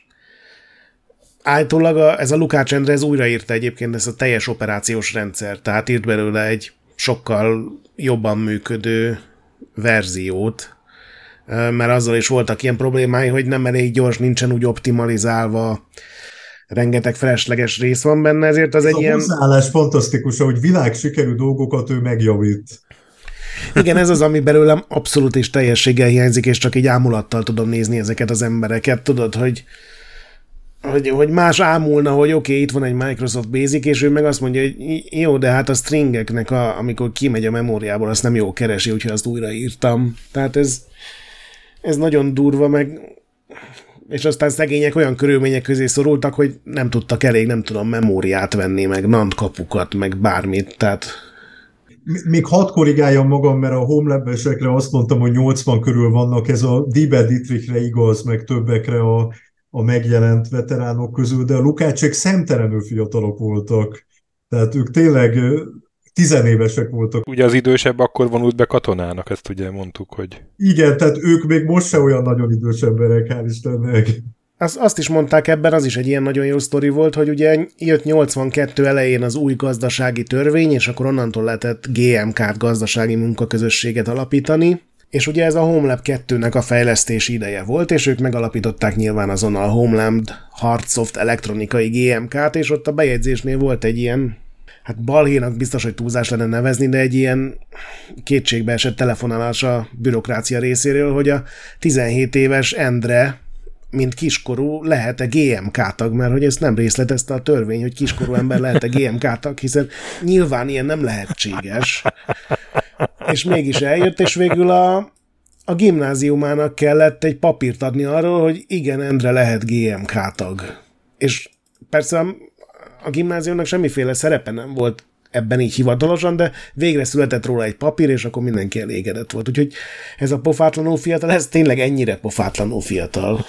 állítólag ez a Lukács Endre ez újraírta egyébként ezt a teljes operációs rendszer, tehát írt belőle egy sokkal jobban működő verziót, mert azzal is voltak ilyen problémái, hogy nem elég gyors, nincsen úgy optimalizálva, rengeteg felesleges rész van benne, ezért az Ez egy a ilyen... hozzáállás fantasztikus, hogy világ sikerű dolgokat ő megjavít. Igen, ez az, ami belőlem abszolút és teljességgel hiányzik, és csak így ámulattal tudom nézni ezeket az embereket, tudod, hogy más ámulna, hogy oké, itt van egy Microsoft Basic, és ő meg azt mondja, hogy jó, de hát a stringeknek, amikor kimegy a memóriából, azt nem jól keresi, úgyhogy azt újraírtam. Tehát ez nagyon durva, meg és aztán szegények olyan körülmények közé szorultak, hogy nem tudtak elég, nem tudom, memóriát venni, meg NAND kapukat, meg bármit, tehát... Még hadd korrigáljam magam, mert a Homelab-esekre azt mondtam, hogy 80 körül vannak, ez a Diebe Dietrichre igaz, meg többekre a megjelent veteránok közül, de a Lukácsék szemtelenül fiatalok voltak. Tehát ők tényleg tizenévesek voltak. Ugye az idősebb akkor vonult be katonának, ezt ugye mondtuk, hogy... Igen, tehát ők még most se olyan nagyon idős emberek, hál' Istennek. Azt is mondták ebben, az is egy ilyen nagyon jó sztori volt, hogy ugye jött 82 elején az új gazdasági törvény, és akkor onnantól lehetett GMK-t, gazdasági munkaközösséget alapítani, és ugye ez a Homeland 2-nek a fejlesztési ideje volt, és ők megalapították nyilván azonnal a Homeland Hardsoft elektronikai GMK-t, és ott a bejegyzésnél volt egy ilyen, hát balhénak biztos, hogy túlzás lenne nevezni, de egy ilyen kétségbeesett telefonálás a bürokrácia részéről, hogy a 17 éves Endre, mint kiskorú lehet-e GMK tag, mert hogy ezt nem részletezte a törvény, hogy kiskorú ember lehet-e GMK tag, hiszen nyilván ilyen nem lehetséges. És mégis eljött, és végül a gimnáziumának kellett egy papírt adni arról, hogy igen, Endre lehet GMK tag. És persze a gimnáziumnak semmiféle szerepe nem volt ebben így hivatalosan, de végre született róla egy papír, és akkor mindenki elégedett volt. Úgyhogy ez a pofátlanul fiatal, ez tényleg ennyire pofátlanul fiatal.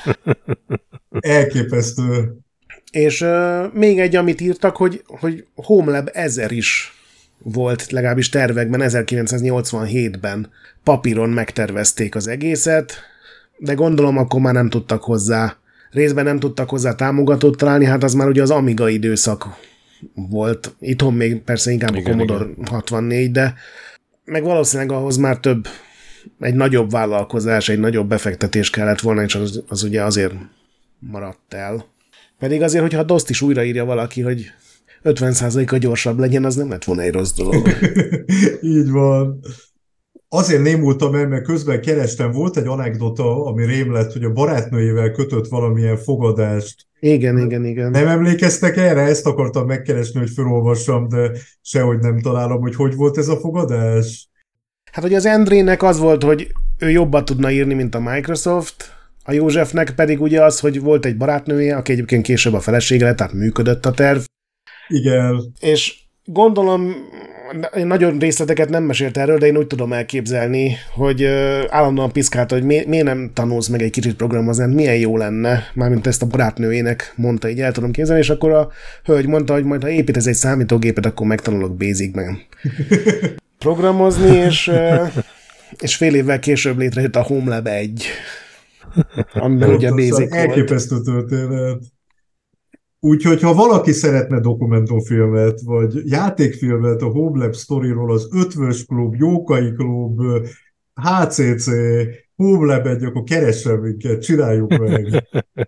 Elképesztő. És még egy, amit írtak, hogy Homelab 1000 is volt, legalábbis tervekben, 1987-ben papíron megtervezték az egészet, de gondolom akkor már nem tudtak hozzá, részben nem tudtak hozzá támogatót találni, hát az már ugye az Amiga időszak volt. Itthon még persze inkább igen, a Commodore 64, de meg valószínűleg ahhoz már egy nagyobb vállalkozás, egy nagyobb befektetés kellett volna, és az ugye azért maradt el. Pedig azért, hogyha a DOS-t is újraírja valaki, hogy 50%-a gyorsabb legyen, az nem lett volna egy rossz dolog. Így van. Azért némultam el, mert közben kerestem, volt egy anekdota, ami rém lett, hogy a barátnőjével kötött valamilyen fogadást. Igen. Nem emlékeztek erre? Ezt akartam megkeresni, hogy felolvassam, de sehogy nem találom, hogy volt ez a fogadás. Hát, hogy az Endrének az volt, hogy ő jobban tudna írni, mint a Microsoft, a Józsefnek pedig ugye az, hogy volt egy barátnője, aki egyébként később a felesége lett, tehát működött a terv. Igen. És gondolom, én nagyon részleteket nem mesélt erről, de én úgy tudom elképzelni, hogy állandóan piszkálta, hogy miért nem tanulsz meg egy kicsit programozni, milyen jó lenne, mármint ezt a barátnőjének mondta, így el tudom képzelni, és akkor a hölgy mondta, hogy majd ha építesz egy számítógépet, akkor megtanulok Basic-ben programozni, és fél évvel később létrejött a Homelab 1, amiben ugye Basic volt. Elképesztő történet. Úgyhogy, ha valaki szeretne dokumentumfilmet, vagy játékfilmet a Homelab Storyról, az Ötvös Klub, Jókai Klub, HCC, Homelab 1, akkor keressen minket, csináljuk meg.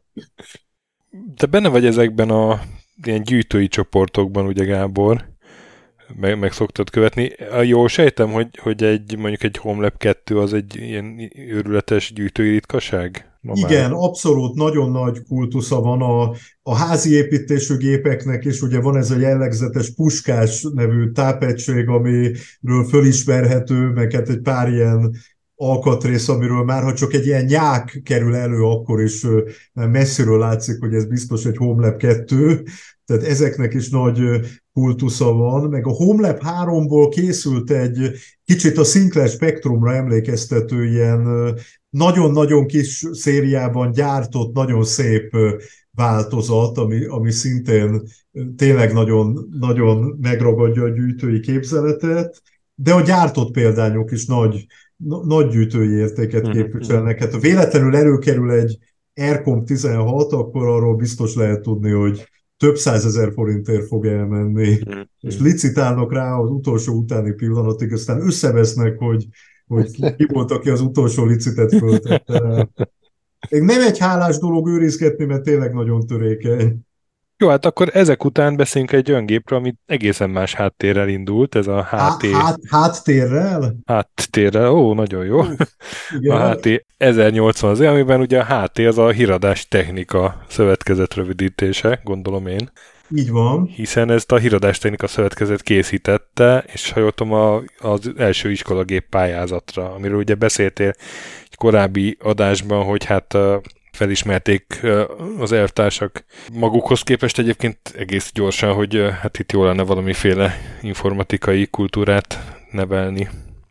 Te benne vagy ezekben a ilyen gyűjtői csoportokban, ugye Gábor? Meg szoktad követni. Jól sejtem, hogy mondjuk egy Homelab 2 az egy ilyen őrületes gyűjtői ritkaság? Igen, abszolút nagyon nagy kultusza van a házi építésű gépeknek, és ugye van ez a jellegzetes Puskás nevű tápegység, amiről fölismerhető, meg hát egy pár ilyen alkatrész, amiről már ha csak egy ilyen nyák kerül elő, akkor is messziről látszik, hogy ez biztos egy Homelab 2. tehát ezeknek is nagy kultusza van, meg a HomeLab 3-ból készült egy kicsit a Sinclair Spectrumra emlékeztető ilyen nagyon-nagyon kis szériában gyártott, nagyon szép változat, ami szintén tényleg nagyon, nagyon megragadja a gyűjtői képzeletet, de a gyártott példányok is nagy gyűjtői értéket képviselnek. Hát ha véletlenül előkerül egy Aircom 16, akkor arról biztos lehet tudni, hogy több százezer forintért fog elmenni, és licitálnak rá az utolsó utáni pillanatig, aztán összevesznek, hogy ki volt, aki az utolsó licitet föltette. Még nem egy hálás dolog őrizgetni, mert tényleg nagyon törékeny. Jó, hát akkor ezek után beszéljünk egy olyan gépről, ami egészen más háttérrel indult, ez a HT... Háttérrel? Háttérrel, nagyon jó. Igen. A HT 1080 az, amiben ugye a HT az a híradás technika szövetkezet rövidítése, gondolom én. Így van. Hiszen ezt a híradás technika szövetkezet készítette, és ha jól tudom, az első iskolagép pályázatra, amiről ugye beszéltél egy korábbi adásban, hogy hát felismerték az elvtársak magukhoz képest egyébként egész gyorsan, hogy hát itt jó lenne valamiféle informatikai kultúrát nevelni.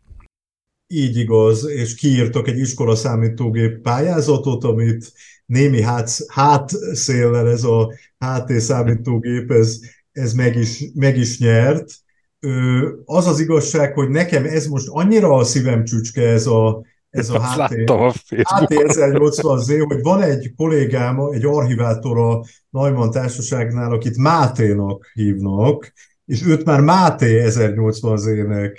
Így igaz, és kiírtak egy iskola számítógép pályázatot, amit némi hátszéllel ez a HT számítógép, ez meg is nyert. Az az igazság, hogy nekem ez most annyira a szívem csücske, ez a HT 1080Z, hogy van egy kollégám, egy archivátor a Neumann Társaságnál, akit Máténak hívnak, és őt már Máté 1080Z-nek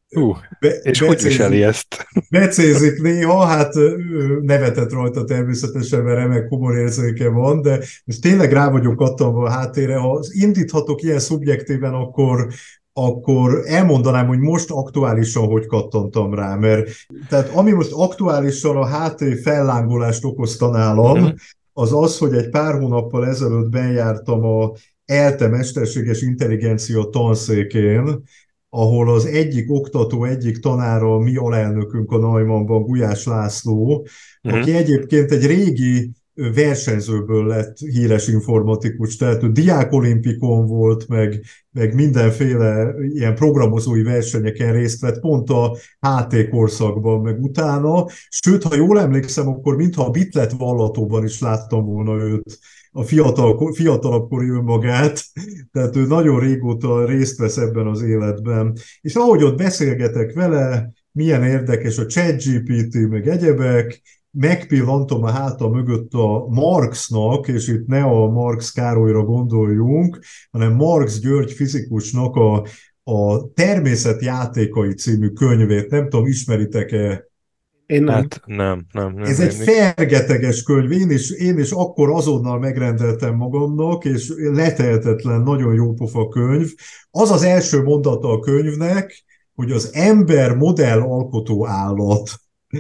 és hogy viseli ezt? Becézik néha, hát nevetett rajta természetesen, mert remek humorérzéke van, de most tényleg rá vagyok kattanva a HT-re. Ha indíthatok ilyen szubjektíven, akkor elmondanám, hogy most aktuálisan hogy kattantam rá, mert tehát ami most aktuálisan a HT fellángolást okozta nálam, az az, hogy egy pár hónappal ezelőtt bejártam a ELTE mesterséges intelligencia tanszékén, ahol az egyik oktató, egyik tanára, a mi alelnökünk a Neumannban, Gulyás László, aki egyébként egy régi versenyzőből lett híres informatikus, tehát ő diákolimpikon volt, meg mindenféle ilyen programozói versenyeken részt vett, pont a HT korszakban, meg utána. Sőt, ha jól emlékszem, akkor mintha a Bitlet vallatóban is láttam volna őt, a fiatalabbkori önmagát, tehát ő nagyon régóta részt vesz ebben az életben. És ahogy ott beszélgetek vele, milyen érdekes a ChatGPT, meg egyebek, megpillantom a háta mögött a Marxnak, és itt ne a Marx Károlyra gondoljunk, hanem Marx György fizikusnak a Természetjátékai című könyvét. Nem tudom, ismeritek-e? Én nem. Hát nem. Ez egy fergeteges könyv, én is akkor azonnal megrendeltem magamnak, és letehetetlen, nagyon jó pofa könyv. Az az első mondata a könyvnek, hogy az ember modell alkotó állat.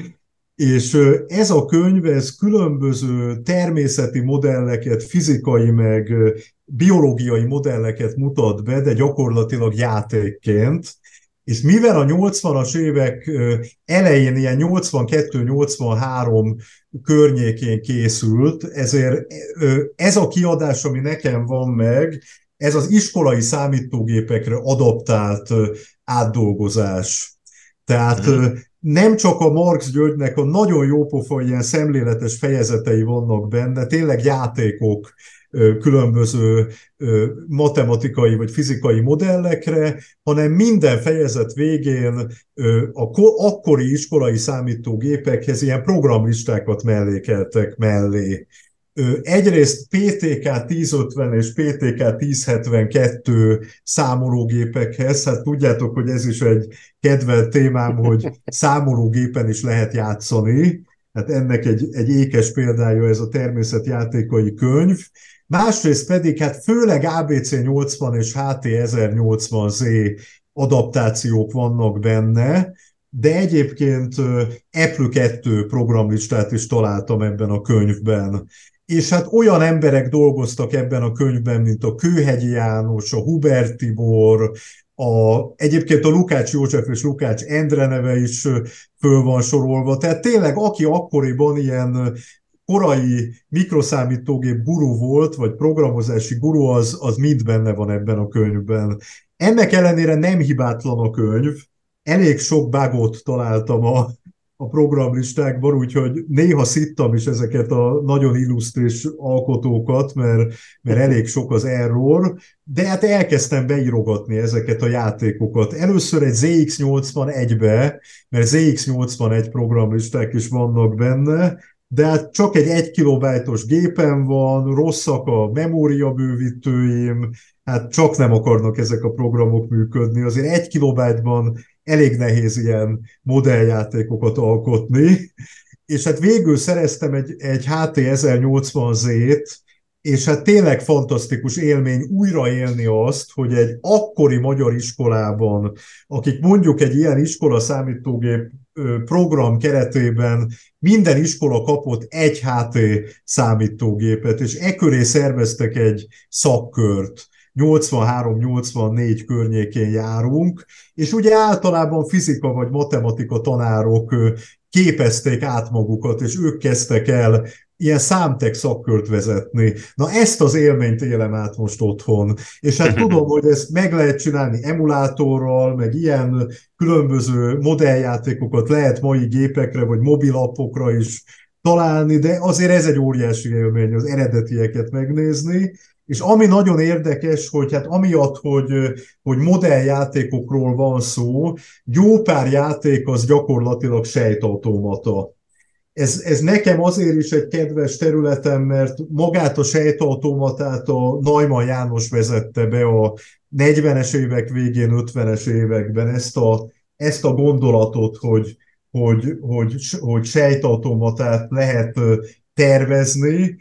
És ez a könyv, ez különböző természeti modelleket, fizikai meg biológiai modelleket mutat be, de gyakorlatilag játékként. És mivel a 80-as évek elején, ilyen 82-83 környékén készült, ezért ez a kiadás, ami nekem van meg, ez az iskolai számítógépekre adaptált átdolgozás. Tehát nem csak a Marx Györgynek a nagyon jópofa ilyen szemléletes fejezetei vannak benne, tényleg játékok különböző matematikai vagy fizikai modellekre, hanem minden fejezet végén akkori iskolai számítógépekhez ilyen programlistákat mellékeltek mellé. Egyrészt PTK 1050 és PTK 1072 számológépekhez, hát tudjátok, hogy ez is egy kedvelt témám, hogy számológépen is lehet játszani, hát ennek egy ékes példája ez a természetjátékai könyv. Másrészt pedig hát főleg ABC 80 és HT 1080Z adaptációk vannak benne, de egyébként Apple 2 programlistát is találtam ebben a könyvben. És hát olyan emberek dolgoztak ebben a könyvben, mint a Kőhegyi János, a Huber Tibor, egyébként a Lukács József és Lukács Endre neve is föl van sorolva. Tehát tényleg, aki akkoriban ilyen korai mikroszámítógép guru volt, vagy programozási guru, az mind benne van ebben a könyvben. Ennek ellenére nem hibátlan a könyv, elég sok bugot találtam a programlistákban, úgyhogy néha szittam is ezeket a nagyon illusztris alkotókat, mert elég sok az error, de hát elkezdtem beírogatni ezeket a játékokat. Először egy ZX81-be, mert ZX81 programlisták is vannak benne, de hát csak egy 1 kilobájtos gépen van, rosszak a memóriabővítőim, hát csak nem akarnak ezek a programok működni. Azért 1 kilobájtban elég nehéz ilyen modelljátékokat alkotni, és hát végül szereztem egy HT 1080Z-t, és hát tényleg fantasztikus élmény újraélni azt, hogy egy akkori magyar iskolában, akik mondjuk egy ilyen iskola számítógép program keretében minden iskola kapott egy HT számítógépet, és ekköré szerveztek egy szakkört. 83-84 környékén járunk, és ugye általában fizika vagy matematika tanárok képezték át magukat, és ők kezdtek el ilyen számtek szakkört vezetni. Na ezt az élményt élem át most otthon. És hát tudom, hogy ezt meg lehet csinálni emulátorral, meg ilyen különböző modelljátékokat lehet mai gépekre, vagy mobilappokra is találni, de azért ez egy óriási élmény az eredetieket megnézni. És ami nagyon érdekes, hogy hát amiatt, hogy modelljátékokról van szó, jó pár játék az gyakorlatilag sejtautomata. Ez nekem azért is egy kedves területem, mert magát a sejtautomatát a Neumann János vezette be a 40-es évek végén, 50-es években ezt a gondolatot, hogy sejtautomatát lehet tervezni.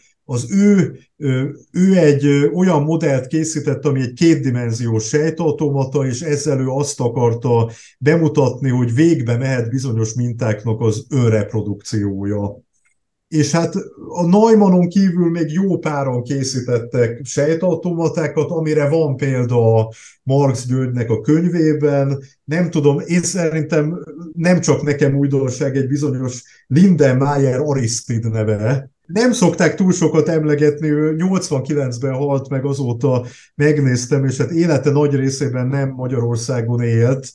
Ő egy olyan modellt készített, ami egy kétdimenziós sejtautomata, és ezzel ő azt akarta bemutatni, hogy végbe mehet bizonyos mintáknak az önreprodukciója. És hát a Neumannon kívül még jó páran készítettek sejtautomatákat, amire van példa a Marx Györgynek a könyvében. Nem tudom, én szerintem nem csak nekem újdonság egy bizonyos Lindenmayer Aristide neve. Nem szokták túl sokat emlegetni, ő 89-ben halt meg, azóta megnéztem, és hát élete nagy részében nem Magyarországon élt,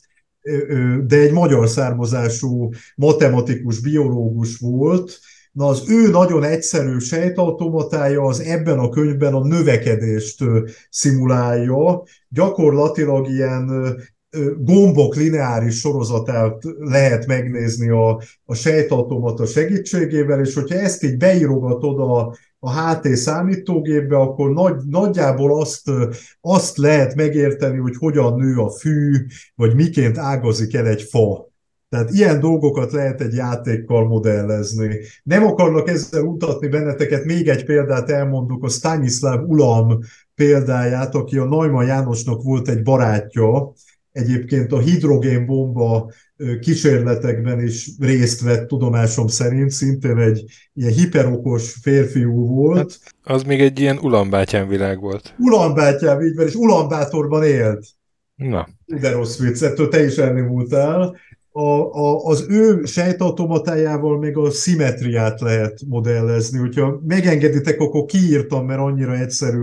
de egy magyar származású matematikus, biológus volt. Na az ő nagyon egyszerű sejtautomatája az ebben a könyvben a növekedést szimulálja. Gyakorlatilag ilyen gombok lineáris sorozatát lehet megnézni a sejtautomata segítségével, és hogyha ezt így beírogatod a HT számítógépbe, akkor nagyjából azt lehet megérteni, hogy hogyan nő a fű, vagy miként ágazik el egy fa. Tehát ilyen dolgokat lehet egy játékkal modellezni. Nem akarnak ezzel mutatni benneteket, még egy példát elmondok, a Stanislav Ulam példáját, aki a Neumann Jánosnak volt egy barátja, egyébként a hidrogénbomba kísérletekben is részt vett tudomásom szerint, szintén egy ilyen hiperokos férfiú volt. Hát, az még egy ilyen Ulan-bátyám világ volt. Ulan-bátyám, így van, és Ulan-Bátorban élt. Na. De rossz vicc, ettől te is elnémultál. Az ő sejtautomatájával még a szimmetriát lehet modellezni. Hogyha megengeditek, akkor kiírtam, mert annyira egyszerű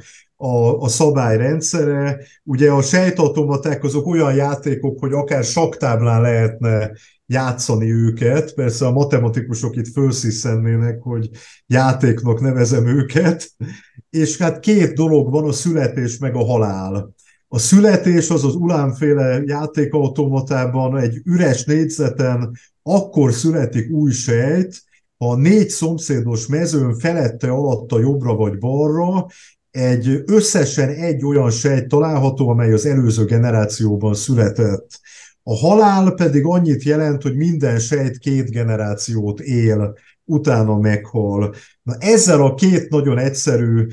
a szabályrendszere. Ugye a sejtautomaták azok olyan játékok, hogy akár sakktáblán lehetne játszani őket. Persze a matematikusok itt fölsziszennének, hogy játéknak nevezem őket. És hát két dolog van, a születés meg a halál. A születés az Ulam-féle játékautomatában egy üres négyzeten akkor születik új sejt, ha a 4 szomszédos mezőn felette, alatta, jobbra vagy balra összesen egy olyan sejt található, amely az előző generációban született. A halál pedig annyit jelent, hogy minden sejt 2 generációt él, utána meghal. Na ezzel a két nagyon egyszerű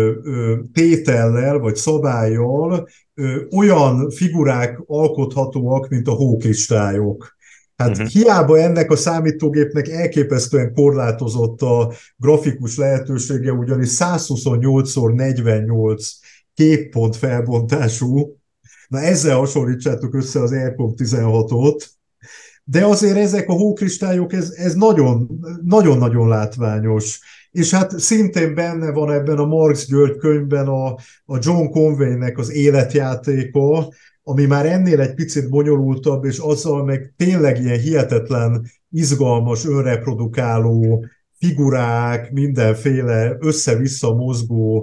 tétellel vagy szabállyal olyan figurák alkothatóak, mint a hókristályok. Hát hiába ennek a számítógépnek elképesztően korlátozott a grafikus lehetősége, ugyanis 128x48 képpont felbontású. Na ezzel hasonlítsátok össze az Aircom 16-ot. de azért ezek a hókristályok, ez nagyon-nagyon látványos. És hát szintén benne van ebben a Marx György könyvben a John Conway-nek az életjátéka, ami már ennél egy picit bonyolultabb, és azzal meg tényleg ilyen hihetetlen, izgalmas, önreprodukáló figurák, mindenféle össze-vissza mozgó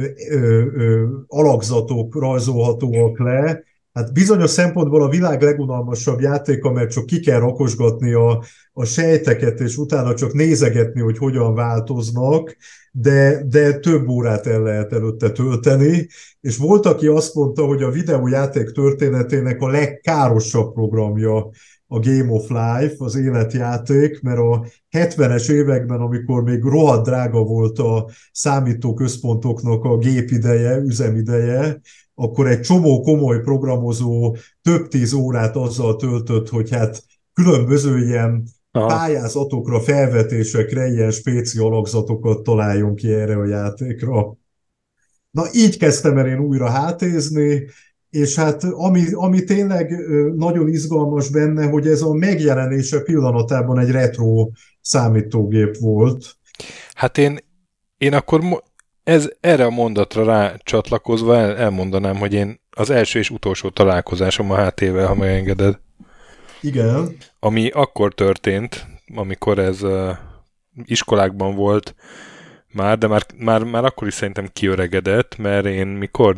alakzatok rajzolhatóak le. Hát bizonyos szempontból a világ legunalmasabb játéka, mert csak ki kell rakosgatni a sejteket, és utána csak nézegetni, hogy hogyan változnak, de több órát el lehet előtte tölteni, és volt, aki azt mondta, hogy a videójáték történetének a legkárosabb programja a Game of Life, az életjáték, mert a 70-es években, amikor még rohadt drága volt a számítóközpontoknak a gépideje, üzemideje, akkor egy csomó komoly programozó több 10 órát azzal töltött, hogy hát különböző ilyen pályázatokra, felvetésekre ilyen spéci alakzatokat találjon ki erre a játékra. Na így kezdtem el én újra hátézni, és hát ami tényleg nagyon izgalmas benne, hogy ez a megjelenése pillanatában egy retro számítógép volt. Hát én akkor erre a mondatra rácsatlakozva elmondanám, hogy én az első és utolsó találkozásom a HT-vel, ha megengeded. Igen. Ami akkor történt, amikor ez iskolákban volt már, de már akkor is szerintem kiöregedett, mert én mikor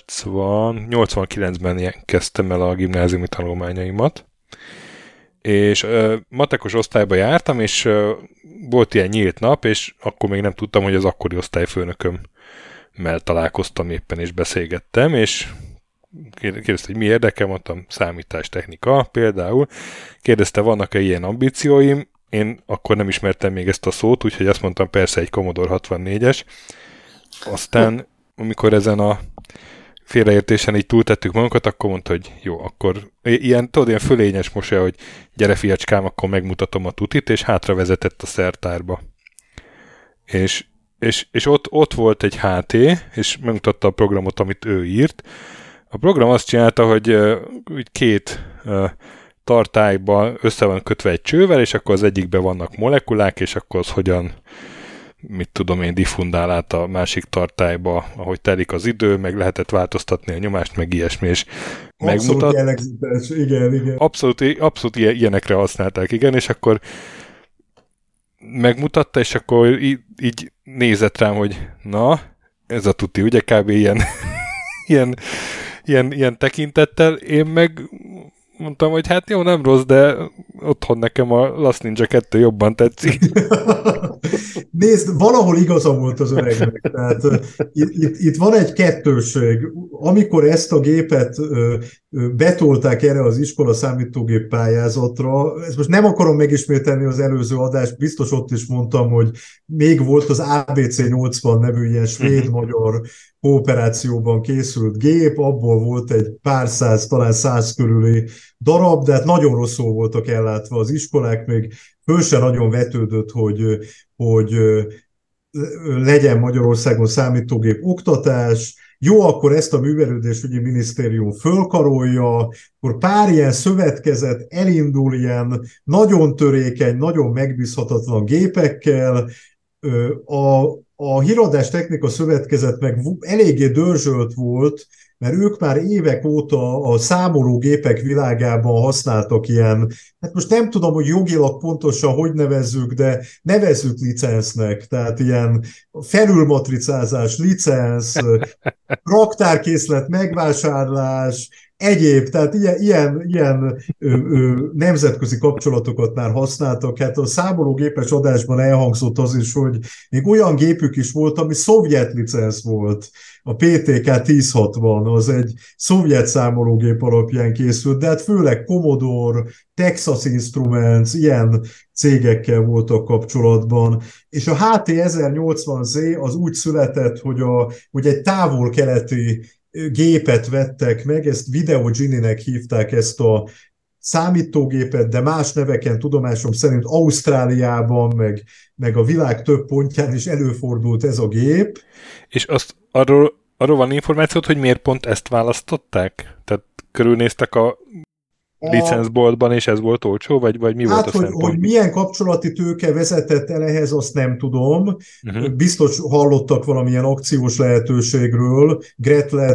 89-ben kezdtem el a gimnáziumi tanulmányaimat, és matekos osztályba jártam, és volt ilyen nyílt nap, és akkor még nem tudtam, hogy az akkori osztályfőnökömmel találkoztam éppen, és beszélgettem, és kérdezte, hogy mi érdekel, mondtam, számítástechnika például. Kérdezte, vannak-e ilyen ambícióim? Én akkor nem ismertem még ezt a szót, úgyhogy azt mondtam, persze egy Commodore 64-es. Aztán, amikor ezen a félreértésen így túltettük magunkat, akkor mondta, hogy jó, akkor ilyen fölényes mose, hogy gyere fiacskám, akkor megmutatom a tutit, és hátra vezetett a szertárba. És ott volt egy HT, és megmutatta a programot, amit ő írt. A program azt csinálta, hogy két tartályba össze van kötve egy csővel, és akkor az egyikben vannak molekulák, és akkor az hogyan, mit tudom én, diffundál át a másik tartályba, ahogy telik az idő, meg lehetett változtatni a nyomást, meg ilyesmi, és abszolút jellegzetes, igen. Abszolút ilyenekre használták, igen, és akkor megmutatta, és akkor így nézett rám, hogy na, ez a tuti, ugye kb. Ilyen tekintettel, én meg mondtam, hogy hát jó, nem rossz, de otthon nekem a Last Ninja 2 jobban tetszik. Nézd, valahol igaza volt az öregnek. Tehát itt van egy kettősség. Amikor ezt a gépet betolták erre az iskola számítógép pályázatra, ezt most nem akarom megismételni az előző adást, biztos ott is mondtam, hogy még volt az ABC 80 nevű ilyen svéd-magyar kooperációban készült gép, abból volt egy pár száz, talán 100 körüli darab, de hát nagyon rosszul voltak ellátva az iskolák, még föl se nagyon vetődött, hogy legyen Magyarországon számítógép oktatás. Jó, akkor ezt a Művelődésügyi Minisztérium fölkarolja, akkor pár ilyen szövetkezet elindul ilyen nagyon törékeny, nagyon megbízhatatlan gépekkel. A Híradás Technika Szövetkezet meg eléggé dörzsölt volt, mert ők már évek óta a számológépek világában használtak ilyen, hát most nem tudom, hogy jogilag pontosan hogy nevezzük, de nevezzük licensznek, tehát ilyen felülmatricázás, licensz, raktárkészlet, megvásárlás, egyéb, tehát ilyen nemzetközi kapcsolatokat már használtak. Hát a számológépes adásban elhangzott az is, hogy még olyan gépük is volt, ami szovjet licensz volt. A PTK 1060 az egy szovjet számológép alapján készült, de hát főleg Commodore, Texas Instruments, ilyen cégekkel voltak kapcsolatban. És a HT 1080Z az úgy született, hogy egy távol-keleti gépet vettek meg, ezt Video Genie-nek hívták ezt a számítógépet, de más neveken tudomásom szerint Ausztráliában, meg a világ több pontján is előfordult ez a gép. És arról van információt, hogy miért pont ezt választották? Tehát körülnéztek a licencboltban, és ez volt olcsó, vagy mi volt Hát, a hogy szempont? milyen kapcsolati tőke vezetett el ehhez, azt nem tudom. Uh-huh. Biztos hallottak valamilyen akciós lehetőségről. Gret lehet,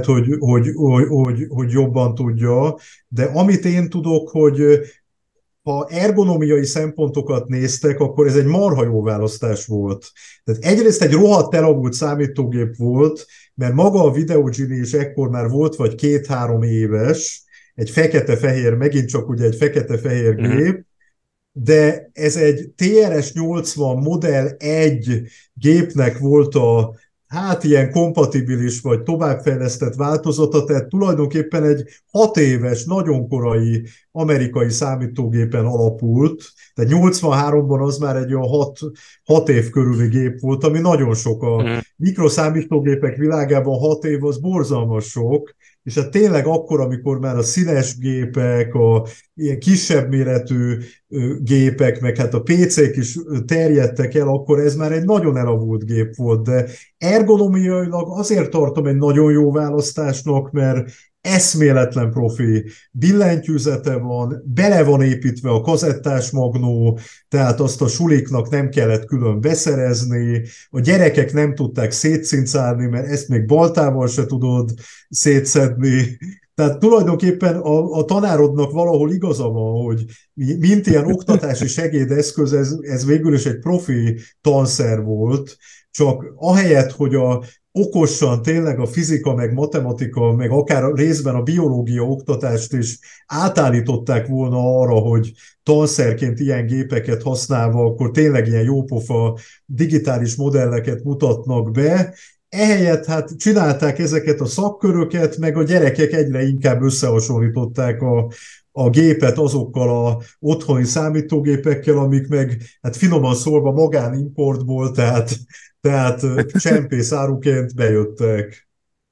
hogy jobban tudja, de amit én tudok, hogy ha ergonomiai szempontokat néztek, akkor ez egy marha jó választás volt. Tehát egyrészt egy rohadt elavult számítógép volt, mert maga a Video Genie is ekkor már volt, vagy 2-3 éves, egy fekete-fehér, megint csak ugye egy fekete-fehér gép, de ez egy TRS-80 Model 1 gépnek volt hát ilyen kompatibilis vagy továbbfejlesztett változata, tehát tulajdonképpen egy 6 éves, nagyon korai amerikai számítógépen alapult, tehát 83-ban az már egy olyan 6 év körüli gép volt, ami nagyon sok a mikroszámítógépek világában 6 év az borzalmas sok, és hát tényleg akkor, amikor már a színes gépek, a ilyen kisebb méretű gépek, meg hát a PC-k is terjedtek el, akkor ez már egy nagyon elavult gép volt, de ergonomiailag azért tartom egy nagyon jó választásnak, mert eszméletlen profi, billentyűzete van, bele van építve a kazettás magnó, tehát azt a suliknak nem kellett külön beszerezni, a gyerekek nem tudták szétszincálni, mert ezt még baltával se tudod szétszedni. Tehát tulajdonképpen a tanárodnak valahol igaza van, hogy mint ilyen oktatási segédeszköz, ez végül is egy profi tanszer volt, csak ahelyett, hogy okosan tényleg a fizika, meg matematika, meg akár részben a biológia oktatást is átállították volna arra, hogy tanszerként ilyen gépeket használva, akkor tényleg ilyen jópofa digitális modelleket mutatnak be. Ehelyett hát csinálták ezeket a szakköröket, meg a gyerekek egyre inkább összehasonlították a gépet azokkal a otthoni számítógépekkel, amik meg, hát finoman szólva magánimportból, tehát csempészáruként bejöttek.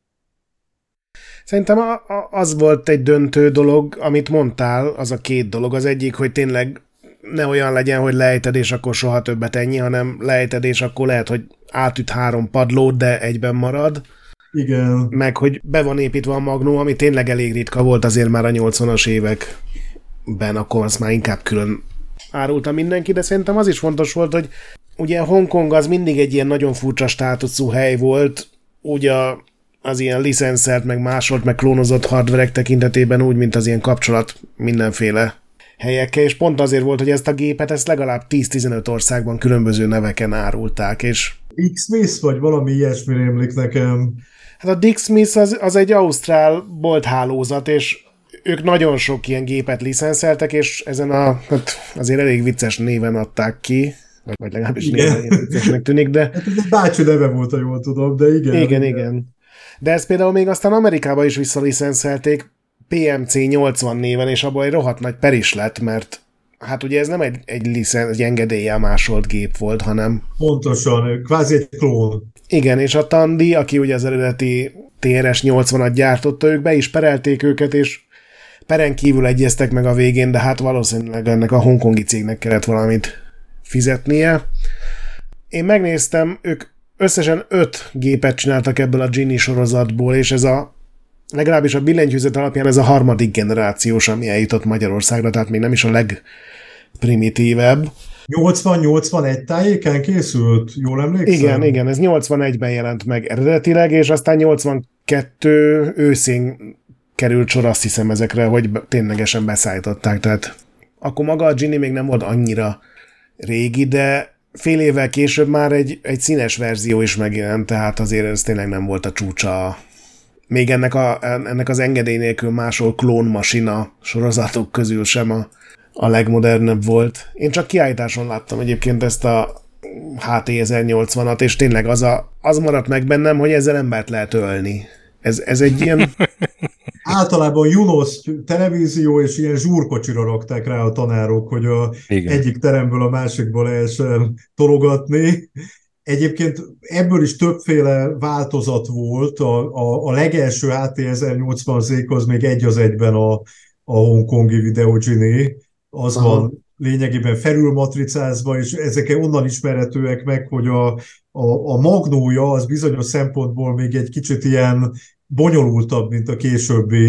Szerintem az volt egy döntő dolog, amit mondtál, az a két dolog. Az egyik, hogy tényleg ne olyan legyen, hogy lejted, és akkor soha többet ennyi, hanem lejted, és akkor lehet, hogy átüt 3 padlót, de egyben marad. Igen. Meg, hogy be van építve a magnó, ami tényleg elég ritka volt azért már a 80-as években, akkor azt már inkább külön árulta mindenki, de szerintem az is fontos volt, hogy ugye Hongkong az mindig egy ilyen nagyon furcsa státuszú hely volt, ugye az ilyen licenszert, meg másolt, meg klónozott hardverek tekintetében úgy, mint az ilyen kapcsolat mindenféle helyekkel, és pont azért volt, hogy ezt a gépet ezt legalább 10-15 országban különböző neveken árulták, és X-Smith vagy valami ilyesmi rémlik nekem. hát a Dick Smith az egy ausztrál bolthálózat, és ők nagyon sok ilyen gépet licenszeltek, és ezen hát azért elég vicces néven adták ki, vagy legalábbis néven viccesnek tűnik, de... Hát ez egy bácsi neve volt, ha jól tudom, de igen. Igen. De ezt például még aztán Amerikába is visszalicenszelték PMC 80 néven, és abból egy rohadt nagy per is lett, mert hát ugye ez nem egy engedéllyel másolt gép volt, hanem... Pontosan, kvázi egy klón. Igen, és a Tandy, aki ugye az eredeti TRS-80-at gyártotta, ők be is perelték őket, és peren kívül egyeztek meg a végén, de hát valószínűleg ennek a hongkongi cégnek kellett valamit fizetnie. Én megnéztem, ők összesen 5 gépet csináltak ebből a Genie sorozatból, és ez legalábbis a billentyűzet alapján ez a 3. generációs, ami eljutott Magyarországra, tehát még nem is a legprimitívebb. 80-81 tájékán készült, jól emlékszem? Igen, ez 81-ben jelent meg eredetileg, és aztán 82 őszén került sor, azt hiszem, ezekre, hogy ténylegesen beszállították, tehát akkor maga a Genie még nem volt annyira régi, de fél évvel később már egy színes verzió is megjelent, tehát azért ez tényleg nem volt a csúcsa. Még ennek az engedély nélkül máshol klónmasina sorozatok közül sem a legmodernebb volt. Én csak kiállításon láttam egyébként ezt a HT 1080-at, és tényleg az maradt meg bennem, hogy ezzel embert lehet ölni. Ez egy ilyen... Általában Junos televízió és ilyen zsúrkocsira rakták rá a tanárok, hogy egyik teremből a másikba lehessen tologatni. Egyébként ebből is többféle változat volt. A legelső HT 1080 az még egy az egyben a hongkongi Video Genie. Az van lényegében felülmatricázva, és ezek onnan ismerhetőek meg, hogy a magnója az bizonyos szempontból még egy kicsit ilyen bonyolultabb, mint a későbbi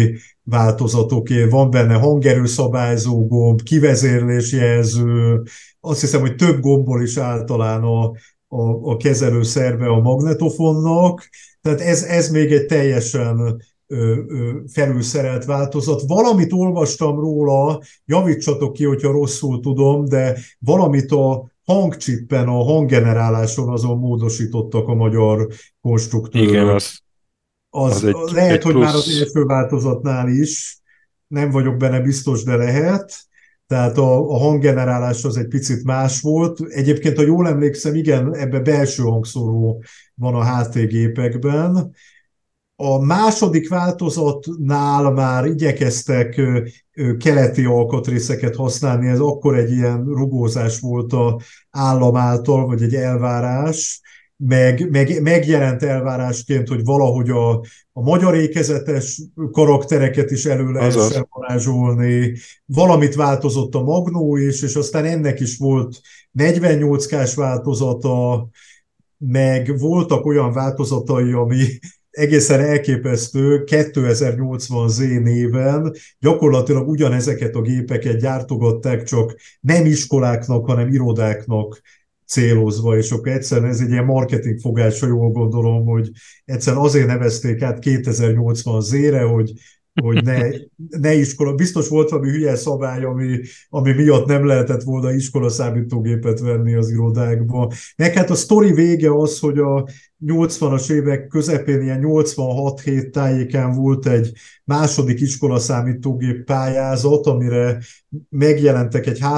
változatoké. Van benne hangerőszabályzó gomb, kivezérlésjelző, azt hiszem, hogy több gombból is áll talán a kezelőszerve a magnetofonnak. Tehát ez még egy teljesen felülszerelt változat. Valamit olvastam róla, javítsatok ki, hogyha rosszul tudom, de valamit a hangcsippen, a hanggeneráláson azon módosítottak a magyar konstruktőrök. Igen, az Lehet, egy hogy plusz... már az első változatnál is, nem vagyok benne biztos, de lehet. Tehát a hanggenerálás az egy picit más volt. Egyébként, ha jól emlékszem, igen, ebbe belső hangszóró van a HT gépekben. A második változatnál már igyekeztek keleti alkatrészeket használni, ez akkor egy ilyen rugózás volt az állam által, vagy egy elvárás, megjelent elvárásként, hogy valahogy a magyar ékezetes karaktereket is elő lehessen varázsolni. Valamit változott a Magnó is, és aztán ennek is volt 48K-s változata, meg voltak olyan változatai, ami egészen elképesztő, 2080Z néven gyakorlatilag ugyanezeket a gépeket gyártogatták, csak nem iskoláknak, hanem irodáknak célozva, és akkor egyszerűen ez egy ilyen marketing fogása, jól gondolom, hogy egyszerűen azért nevezték át 2080Z-re, hogy ne iskola. Biztos volt valami hülye szabály, ami miatt nem lehetett volna iskola számítógépet venni az irodákba. Meg hát a sztori vége az, hogy a 80-as évek közepén, ilyen 86 hét tájékán volt egy második iskola számítógép pályázat, amire megjelentek egy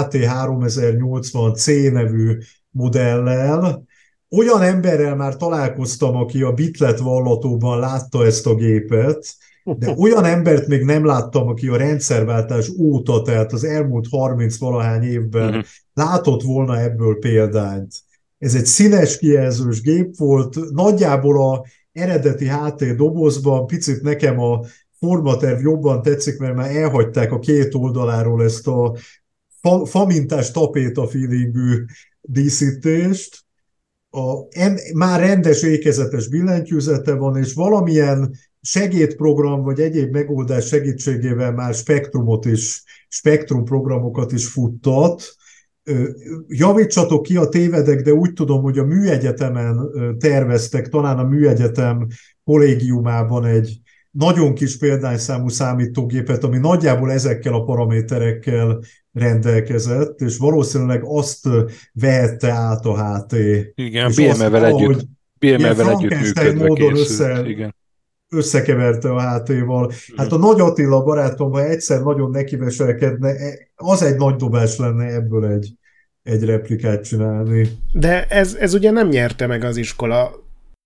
HT3080C nevű modellel. Olyan emberrel már találkoztam, aki a Bitlet vallatóban látta ezt a gépet, de olyan embert még nem láttam, aki a rendszerváltás óta, tehát az elmúlt 30-valahány évben látott volna ebből példányt. Ez egy színes kijelzős gép volt, nagyjából az eredeti HT dobozban, picit nekem a formaterv jobban tetszik, mert már elhagyták a két oldaláról ezt a famintás tapéta feelingű díszítést. Már rendes ékezetes billentyűzete van, és valamilyen segédprogram vagy egyéb megoldás segítségével már spektrumprogramokat is futtat. Javítsatok ki, a tévedek, de úgy tudom, hogy a Műegyetemen terveztek, talán a Műegyetem kollégiumában egy nagyon kis példányszámú számítógépet, ami nagyjából ezekkel a paraméterekkel rendelkezett, és valószínűleg azt vehette át a HT. Igen, BME-vel együtt működve készült. Igen. Összekeverte a HT-val. Hát a Nagy Attila barátom, ha egyszer nagyon nekiveselkedne, az egy nagy dobás lenne ebből egy replikát csinálni. De ez ugye nem nyerte meg az iskola.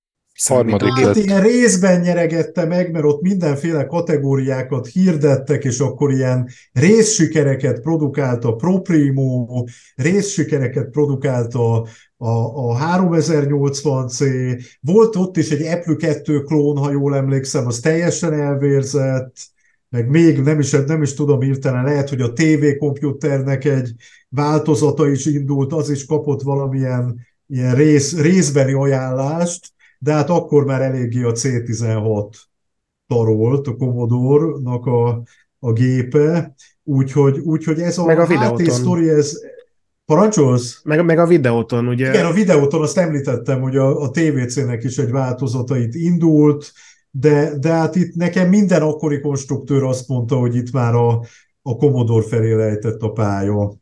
Hát ilyen részben nyeregette meg, mert ott mindenféle kategóriákat hirdettek, és akkor ilyen részsikereket produkált a ProPrimo, részsikereket produkált a 3080C, volt ott is egy Apple 2 klón, ha jól emlékszem, az teljesen elvérzett, meg még nem is tudom hirtelen, lehet, hogy a TV komputernek egy változata is indult, az is kapott valamilyen ilyen részbeni ajánlást, de hát akkor már eléggé a C16 tarolt, a Commodore-nak a gépe, úgyhogy ez a HT sztori, ez... Parancsolsz? Meg a videóton, ugye? Igen, a videóton azt említettem, hogy a TVC-nek is egy változata itt indult, de hát itt nekem minden akkori konstruktőr azt mondta, hogy itt már a Commodore felé lejtett a pálya.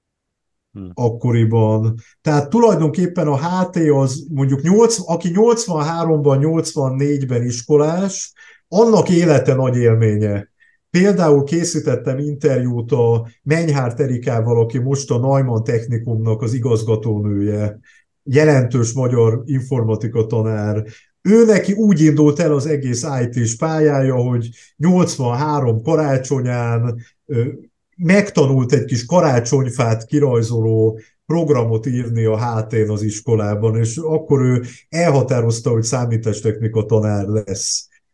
Akkoriban. Tehát tulajdonképpen a HT az mondjuk aki 83-ban, 84-ben iskolás, annak élete nagy élménye. Például készítettem interjút a Menyhárt Erikával, aki most a Neumann Technikumnak az igazgatónője, jelentős magyar informatika tanár. Ő neki úgy indult el az egész IT-s pályája, hogy 83 karácsonyán megtanult egy kis karácsonyfát kirajzoló programot írni a HT-n az iskolában, és akkor ő elhatározta, hogy számítástechnika tanár lesz.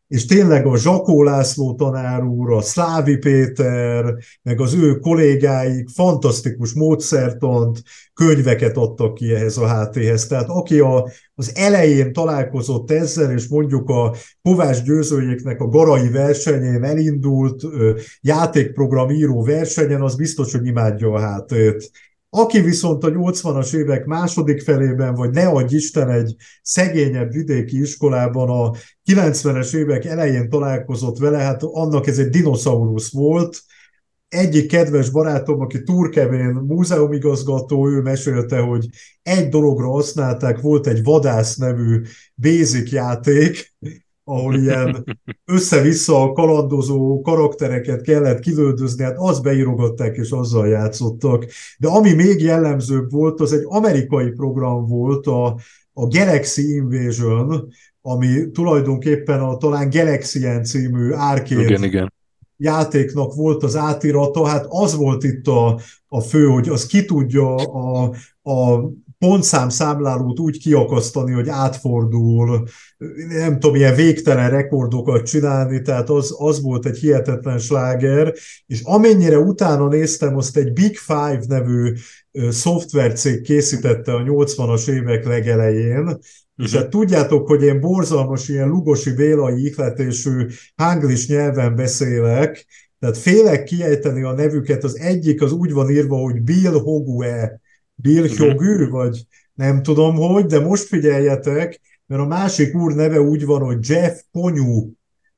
és tényleg a Zsakó László tanár úr, a Szlávi Péter, meg az ő kollégáik fantasztikus módszertant, könyveket adtak ki ehhez a HT-hez. Tehát aki az elején találkozott ezzel, és mondjuk a Kovács Győzőjéknek a garai versenyén elindult játékprogramíró versenyen, az biztos, hogy imádja a HT-t. Aki viszont a 80-as évek második felében, vagy ne adj Isten egy szegényebb vidéki iskolában a 90-es évek elején találkozott vele, hát annak ez egy dinoszaurusz volt. Egyik kedves barátom, aki Turkevén múzeumigazgató, ő mesélte, hogy egy dologra használták, volt egy Vadász nevű basic játék, ahol ilyen össze-vissza kalandozó karaktereket kellett kilöldözni, hát azt beírogatták és azzal játszottak. De ami még jellemzőbb volt, az egy amerikai program volt, a Galaxy Invasion, ami tulajdonképpen talán Galaxian című arcade játéknak volt az átirata, hát az volt itt a fő, hogy az ki tudja a pontszámszámlálót úgy kiakasztani, hogy átfordul, nem tudom, ilyen végtelen rekordokat csinálni, tehát az volt egy hihetetlen sláger, és amennyire utána néztem, azt egy Big Five nevű szoftvercég készítette a 80-as évek legelején, és hát tudjátok, hogy én borzalmas, ilyen lugosi bélai ihletésű hanglis nyelven beszélek, tehát félek kiejteni a nevüket, az egyik az úgy van írva, hogy Bill Hogue, Bill Hogue, vagy nem tudom hogy, de most figyeljetek, mert a másik úr neve úgy van, hogy Jeff Konyú,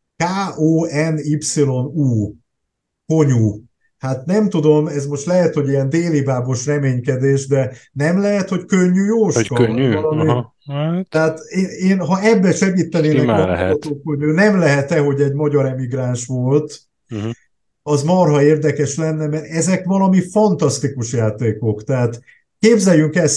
K-O-N-Y-U, Konyú. Hát nem tudom, ez most lehet, hogy ilyen délibábos reménykedés, de nem lehet, hogy Könnyű Jóska? Hogy könnyű? Aha. Hát... Tehát én, ha ebbe segítenének magatotok, hogy ő nem lehet-e, hogy egy magyar emigráns volt, az marha érdekes lenne, mert ezek valami fantasztikus játékok. Tehát képzeljünk el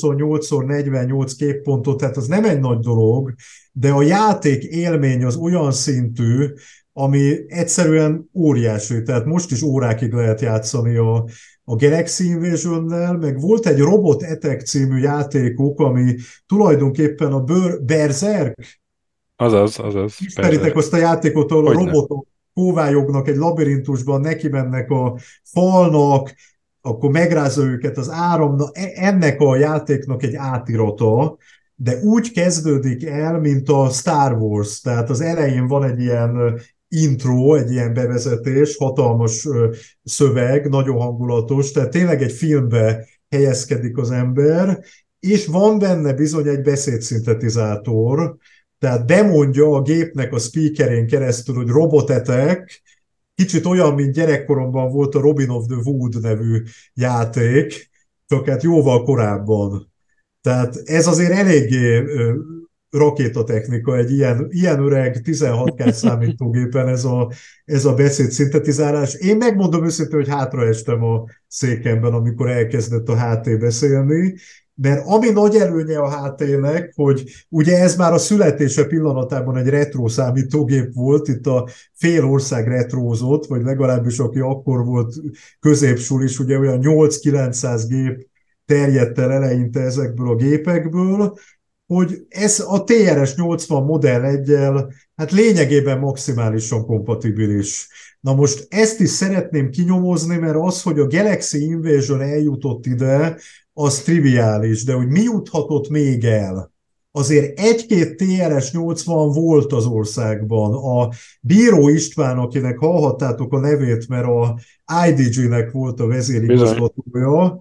128x48 képpontot, tehát az nem egy nagy dolog, de a játék élmény az olyan szintű, ami egyszerűen óriási. Tehát most is órákig lehet játszani a Galaxy Invasion-nel, meg volt egy Robot Attack című játékok, ami tulajdonképpen a Berserk. Azaz. Ismeritek azt a játékot, ahol a robotok kóvályognak egy labirintusban, neki mennek a falnak, akkor megrázza őket az áram. Ennek a játéknak egy átirata, de úgy kezdődik el, mint a Star Wars. Tehát az elején van egy ilyen intro, egy ilyen bevezetés, hatalmas szöveg, nagyon hangulatos, tehát tényleg egy filmbe helyezkedik az ember, és van benne bizony egy beszédszintetizátor, tehát bemondja a gépnek a speakerén keresztül, hogy Robot Attack, kicsit olyan, mint gyerekkoromban volt a Robin of the Wood nevű játék, csak hát jóval korábban. Tehát ez azért eléggé rakétatechnika, egy ilyen öreg 16K számítógépen ez a beszédszintetizálás. Én megmondom őszintén, hogy hátraestem a székemben, amikor elkezdett a HT beszélni, mert ami nagy előnye a HT-nek, hogy ugye ez már a születése pillanatában egy retro számítógép volt, itt a fél ország retrózott, vagy legalábbis aki akkor volt középsulis, ugye olyan 8-900 gép terjedt el eleinte ezekből a gépekből, hogy ez a TRS-80 Model 1-jel hát lényegében maximálisan kompatibilis. Na most ezt is szeretném kinyomozni, mert az, hogy a Galaxy Invasion eljutott ide, az triviális, de hogy mi juthatott még el? Azért egy-két TRS-80 volt az országban. A Bíró István, akinek hallhattátok a nevét, mert a IDG-nek volt a vezérigazgatója,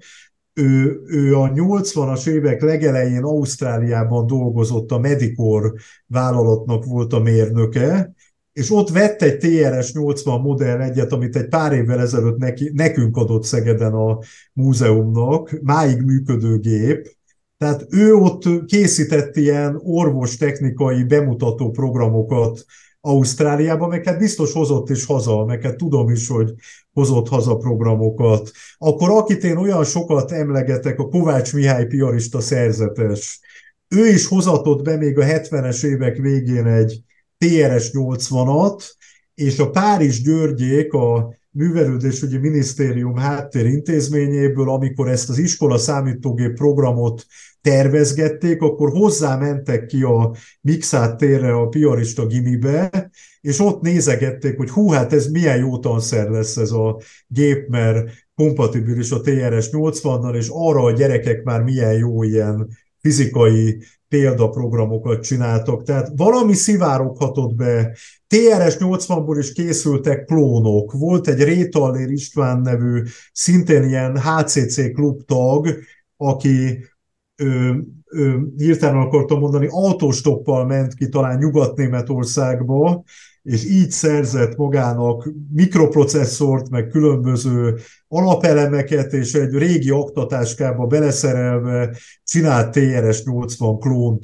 ő a 80-as évek legelején Ausztráliában dolgozott, a Medicor vállalatnak volt a mérnöke, és ott vett egy TRS-80 Model 1-et, amit egy pár évvel ezelőtt nekünk adott Szegeden a múzeumnak, máig működő gép. Tehát ő ott készített ilyen orvostechnikai bemutató programokat Ausztráliában, meg hát biztos hozott is haza, meg hát tudom is, hogy hozott haza programokat. Akkor akit én olyan sokat emlegetek, a Kovács Mihály piarista szerzetes, ő is hozatott be még a 70-es évek végén egy TRS-80-at, és a Párizs Györgyék, a Művelődésügyi Minisztérium háttérintézményéből, amikor ezt az iskola számítógép programot tervezgették, akkor hozzámentek ki a Mikszáth térre, a piarista gimibe, és ott nézegették, hogy hú, hát ez milyen jó tanszer lesz ez a gép, mert kompatibilis a TRS-80-nal, és arra a gyerekek már milyen jó ilyen fizikai példaprogramokat csináltak. Tehát valami szivároghatott be. TRS-80-ból is készültek klónok. Volt egy Rétallér István nevű, szintén ilyen HCC klub tag, aki hirtelen akartam mondani, autostoppal ment ki talán Nyugat-Németországba, és így szerzett magának mikroprocesszort, meg különböző alapelemeket, és egy régi aktatáskába beleszerelve csinált TRS-80 klónt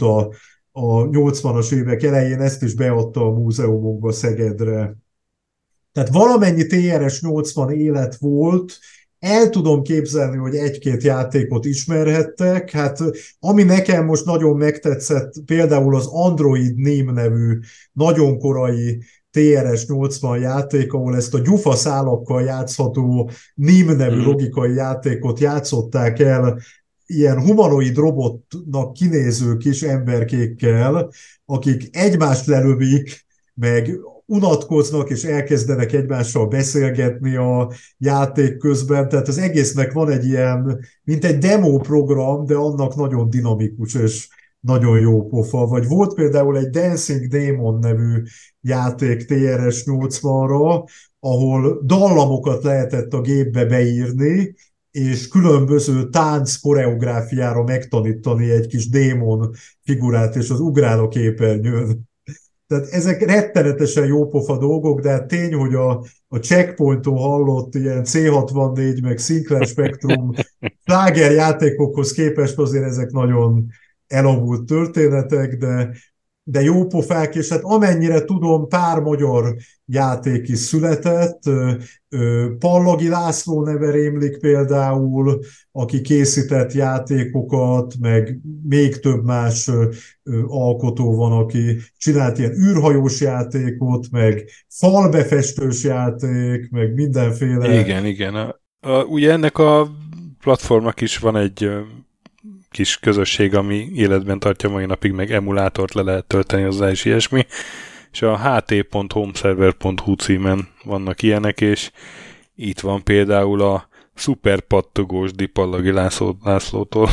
a 80-as évek elején, ezt is beadta a múzeumokba Szegedre. Tehát valamennyi TRS-80 élet volt, el tudom képzelni, hogy egy-két játékot ismerhettek. Hát ami nekem most nagyon megtetszett, például az Android Nim nevű nagyon korai TRS-80 játék, ahol ezt a gyufa szálakkal játszható Nim nevű logikai játékot játszották el ilyen humanoid robotnak kinéző kis emberkékkel, akik egymást lelövik, meg unatkoznak, és elkezdenek egymással beszélgetni a játék közben, tehát az egésznek van egy ilyen, mint egy demo program, de annak nagyon dinamikus és nagyon jó pofa. Vagy volt például egy Dancing Demon nevű játék TRS-80-ra, ahol dallamokat lehetett a gépbe beírni, és különböző tánc koreográfiára megtanítani egy kis démon figurát, és az ugrál a képernyőn. Tehát ezek rettenetesen jópofa dolgok, de hát tény, hogy a Checkpointon hallott ilyen C64 meg Sinclair Spectrum sláger játékokhoz képest azért ezek nagyon elavult történetek, de jópofák, és hát amennyire tudom, pár magyar játék is született. Pallagi László neve rémlik például, aki készített játékokat, meg még több más alkotó van, aki csinált ilyen űrhajós játékot, meg falbefestős játék, meg mindenféle. Igen. Ugye ennek a platformnak is van egy kis közösség, ami életben tartja mai napig, meg emulátort le lehet tölteni hozzá, és ilyesmi. És a ht.homeserver.hu címen vannak ilyenek, és itt van például a szuper pattogós Dipallagi Lászlótól.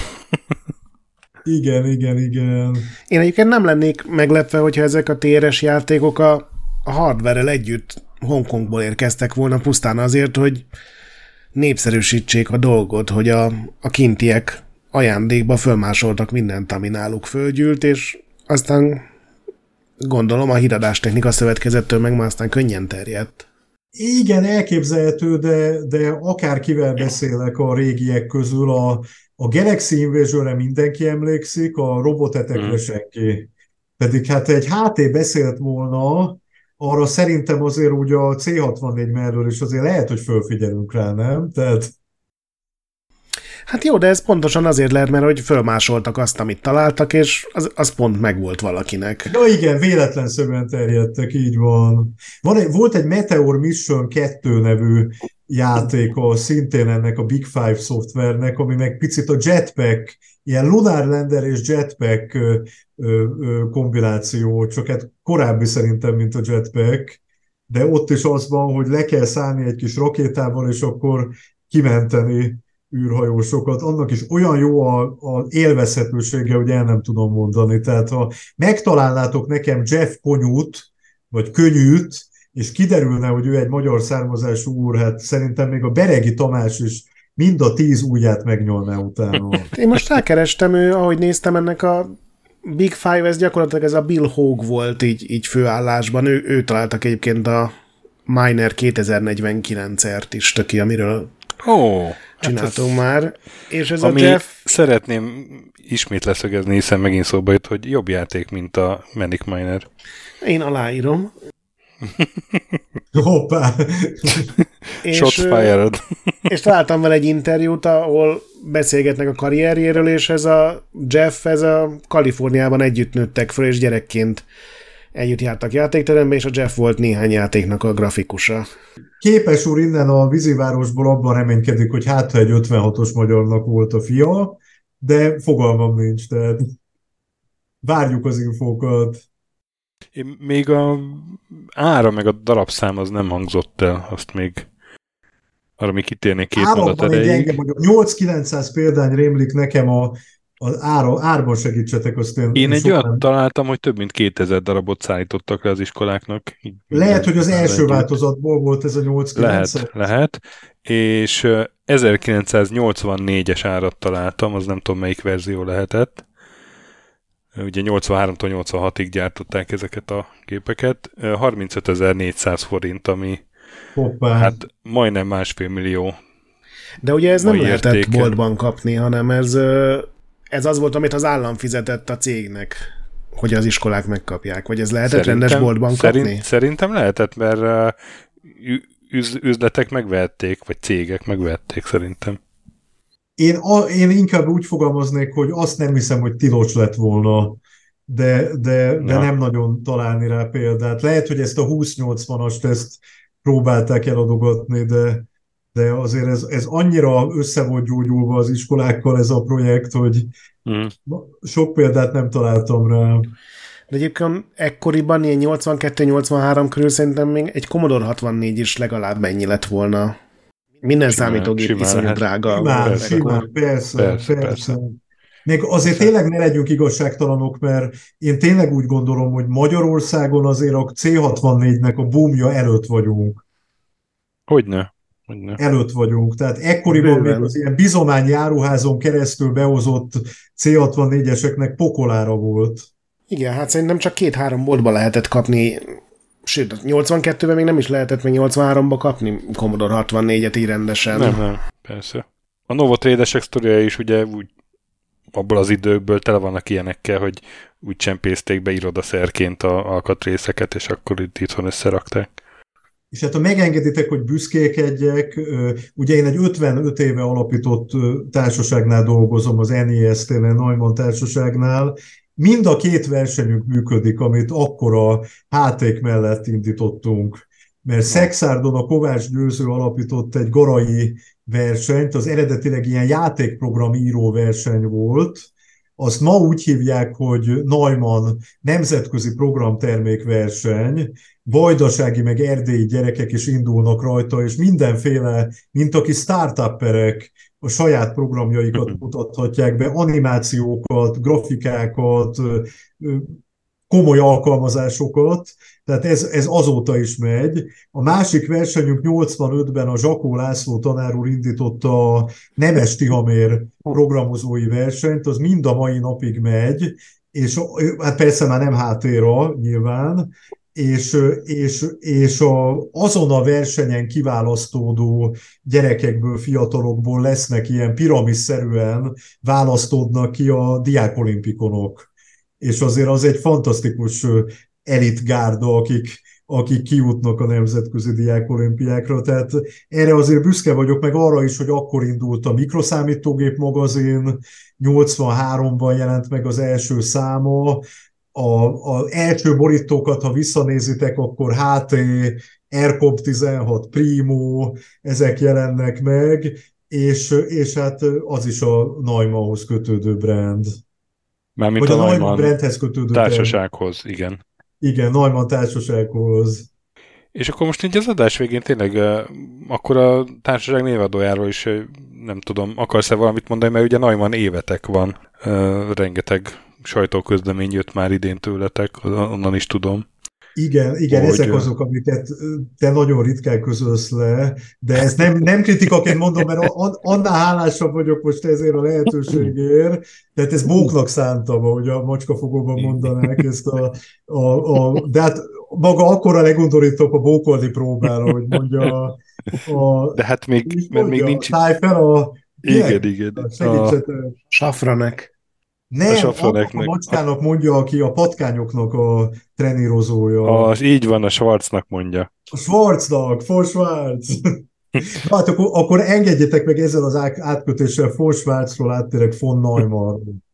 Igen. Én egyébként nem lennék meglepve, hogyha ezek a TRS játékok a hardware-rel együtt Hongkongból érkeztek volna pusztán azért, hogy népszerűsítsék a dolgot, hogy a kintiek ajándékba fölmásoltak mindent, ami náluk fölgyűlt, és aztán gondolom a híradástechnika szövetkezettől meg már aztán könnyen terjedt. Igen, elképzelhető, de akárkivel beszélek a régiek közül, a Galaxy Invasion-re mindenki emlékszik, a robotetekre senki. Pedig hát egy HT beszélt volna, arra szerintem azért úgy a C64 mellől is azért lehet, hogy fölfigyelünk rá, nem? Tehát... Hát jó, de ez pontosan azért lehet, mert hogy fölmásoltak azt, amit találtak, és az pont megvolt valakinek. Ja igen, véletlenszerűen terjedtek, így van. Volt egy Meteor Mission 2 nevű játéka, szintén ennek a Big Five szoftvernek, ami meg picit a Jetpack, ilyen Lunar Lander és Jetpack kombináció, csak hát korábbi szerintem, mint a Jetpack, de ott is az van, hogy le kell szállni egy kis rakétával, és akkor kimenteni űrhajósokat, annak is olyan jó az élvezhetősége, hogy el nem tudom mondani. Tehát ha megtalálnátok nekem Jeff Konyút, vagy Könyűt, és kiderülne, hogy ő egy magyar származású úr, hát szerintem még a Beregi Tamás is mind a 10 ujját megnyolná utána. Én most elkerestem, ahogy néztem ennek a Big Five, ez gyakorlatilag ez a Bill Hogue volt így főállásban. Ő találtak egyébként a Miner 2049-ert is, töki, amiről csináltunk már. És ez a Jeff... Szeretném ismét leszögezni, hiszen megint szóba jött, hogy jobb játék, mint a Manic Miner. Én aláírom. Hoppá! Shots fired. És találtam vele egy interjút, ahol beszélgetnek a karrierjéről, és ez a Jeff, ez a Kaliforniában együtt nőttek föl, és gyerekként együtt jártak játékterembe, és a Jeff volt néhány játéknak a grafikusa. Képes úr innen a vízivárosból abban reménykedik, hogy hát egy 56-os magyarnak volt a fia, de fogalmam nincs, tehát várjuk az infókat. Én még a ára meg a darabszám az nem hangzott el, azt még arra még kitérnék 2 mondat erejéig. erejéig. 8-900 példány rémlik nekem az árban segítsetek, azt én egy olyat találtam, hogy több mint 2000 darabot szállítottak le az iskoláknak. Lehet, hogy az első változatból volt ez a 8-900? Lehet. És 1984-es árat találtam, az nem tudom melyik verzió lehetett. Ugye 83-tól 86-ig gyártották ezeket a gépeket. 35.400 forint, ami hát majdnem 1,5 millió. De ugye ez nem lehetett boltban kapni, hanem ez az volt, amit az állam fizetett a cégnek, hogy az iskolák megkapják. Vagy ez lehetett rendes boltban kapni? Szerintem lehetett, mert üzletek megvehették, vagy cégek megvehették szerintem. Én inkább úgy fogalmaznék, hogy azt nem hiszem, hogy tilos lett volna, de nem nagyon találni rá példát. Lehet, hogy ezt a 2080-ast ezt próbálták eladogatni, de azért ez annyira össze volt gyógyulva az iskolákkal ez a projekt, hogy sok példát nem találtam rá. De egyébként ekkoriban, ilyen 82-83 körül szerintem még egy Commodore 64 is legalább mennyi lett volna. Minden számítógép iszonyú drága. Simán, persze. Még azért tényleg ne legyünk igazságtalanok, mert én tényleg úgy gondolom, hogy Magyarországon azért a C64-nek a boomja előtt vagyunk. Hogyne. Előtt vagyunk. Tehát ekkoriban még az ilyen bizományi áruházon keresztül behozott C64-eseknek pokolára volt. Igen, hát szerintem csak 2-3 boltba lehetett kapni, sőt, 82-ben még nem is lehetett még 83-ba kapni Commodore 64-et így rendesen. Nem, persze. A Novotrade-esek sztoriai is ugye úgy abból az időkből tele vannak ilyenekkel, hogy úgy csempészték be irodaszerként a alkatrészeket, és akkor itt itthon összerakták. És hát ha megengeditek, hogy büszkékedjek, ugye én egy 55 éve alapított társaságnál dolgozom, az NIST-nél, Neumann társaságnál. Mind a 2 versenyünk működik, amit akkor a HT mellett indítottunk. Mert Szexárdon a Kovács Győző alapított egy garai versenyt, az eredetileg ilyen játékprogram író verseny volt. Azt ma úgy hívják, hogy Neumann nemzetközi programtermékverseny, vajdasági meg erdélyi gyerekek is indulnak rajta, és mindenféle, mint aki startupperek a saját programjaikat mutathatják be, animációkat, grafikákat, komoly alkalmazásokat, tehát ez azóta is megy. A másik versenyünk 85-ben a Zsakó László tanár úr indította a Nemes Tihamér programozói versenyt, az mind a mai napig megy, és hát persze már nem HT-ra nyilván, és azon a versenyen kiválasztódó gyerekekből, fiatalokból lesznek ilyen piramisszerűen választódnak ki a diákolimpikonok. És azért az egy fantasztikus elitgárda, akik kijutnak a nemzetközi diákolimpiákra. Tehát erre azért büszke vagyok, meg arra is, hogy akkor indult a Mikroszámítógép magazin, 83-ban jelent meg az első száma, az első borítókat, ha visszanézitek, akkor HT, ERCOM 16, Primo, ezek jelennek meg, és hát az is a Neumannhoz kötődő brand. Mármint a Neumann brandhez kötődő társasághoz, brand. Igen. Igen, Neumann társasághoz. És akkor most így az adás végén tényleg akkor a társaság névadójáról is nem tudom, akarsz-e valamit mondani, mert ugye Neumann évetek van, rengeteg sajtóközlemény jött már idén tőletek, onnan is tudom. Igen, ezek azok, amiket te nagyon ritkán közölsz le, de ezt nem kritikaként mondom, mert annál hálásabb vagyok most ezért a lehetőségért, tehát ez bóknak szántam, ahogy a macskafogóban mondanák ezt de hát maga akkora legundorítóbb a bókolni próbál, hogy mondja de hát még nincs... Szállj fel Igen. Safranek. Nem, a macskának mondja, aki a patkányoknak a trenírozója. Így van, a Schwarznak mondja. A Schwarznak, von Schwarz. Hát akkor engedjétek meg ezzel az átkötéssel von Schwarzról áttérek von Neumann.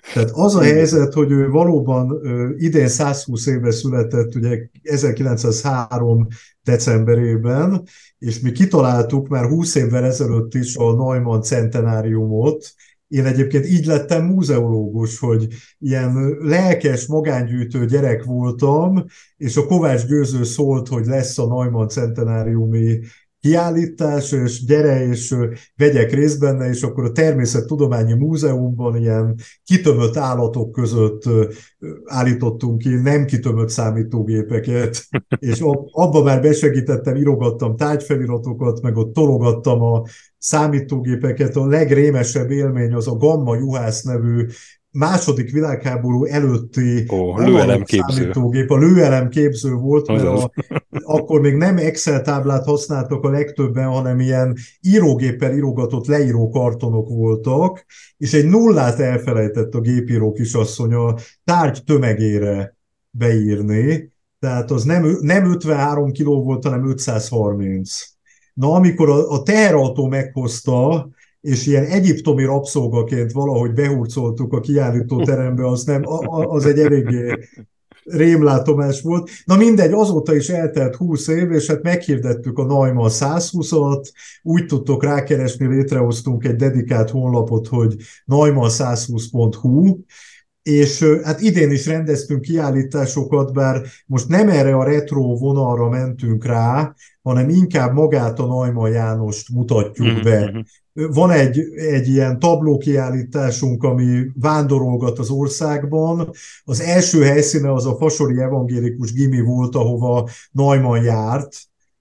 Tehát az a helyzet, hogy ő valóban idén 120 éve született, ugye 1903 decemberében, és mi kitaláltuk már 20 évvel ezelőtt is a Neumann centenáriumot. Én egyébként így lettem múzeológus, hogy ilyen lelkes, magángyűjtő gyerek voltam, és a Kovács Győző szólt, hogy lesz a Neumann centenáriumi kiállítás, és gyere, és vegyek részt benne, és akkor a Természettudományi Múzeumban ilyen kitömött állatok között állítottunk ki nem kitömött számítógépeket, és abba már besegítettem, írogattam tárgyfeliratokat, meg ott tologattam a számítógépeket. A legrémesebb élmény az a Gamma Juhász nevű második világháború előtti analóg lőelemképző. számítógép, a lőelemképző volt, mert Azaz. akkor még nem Excel táblát használtak a legtöbben, hanem ilyen írógéppel írogatott leíró kartonok voltak, és egy nullát elfelejtett a gépíró kisasszony a tárgy tömegére beírni, tehát az nem 53 kiló volt, hanem 530. Na, amikor a teherautó meghozta, és ilyen egyiptomi rabszolgaként valahogy behurcoltuk a kiállító terembe, az egy eléggé rémlátomás volt. Na mindegy, azóta is eltelt 20 év, és hát meghirdettük a Neumann 120-at, úgy tudtok rákeresni, létrehoztunk egy dedikált honlapot, hogy neumann120.hu, és hát idén is rendeztünk kiállításokat, bár most nem erre a retro vonalra mentünk rá, hanem inkább magát a Neumann Jánost mutatjuk be. Van egy ilyen tablókiállításunk, ami vándorolgat az országban. Az első helyszíne az a Fasori Evangélikus Gimi volt, ahova Neumann járt,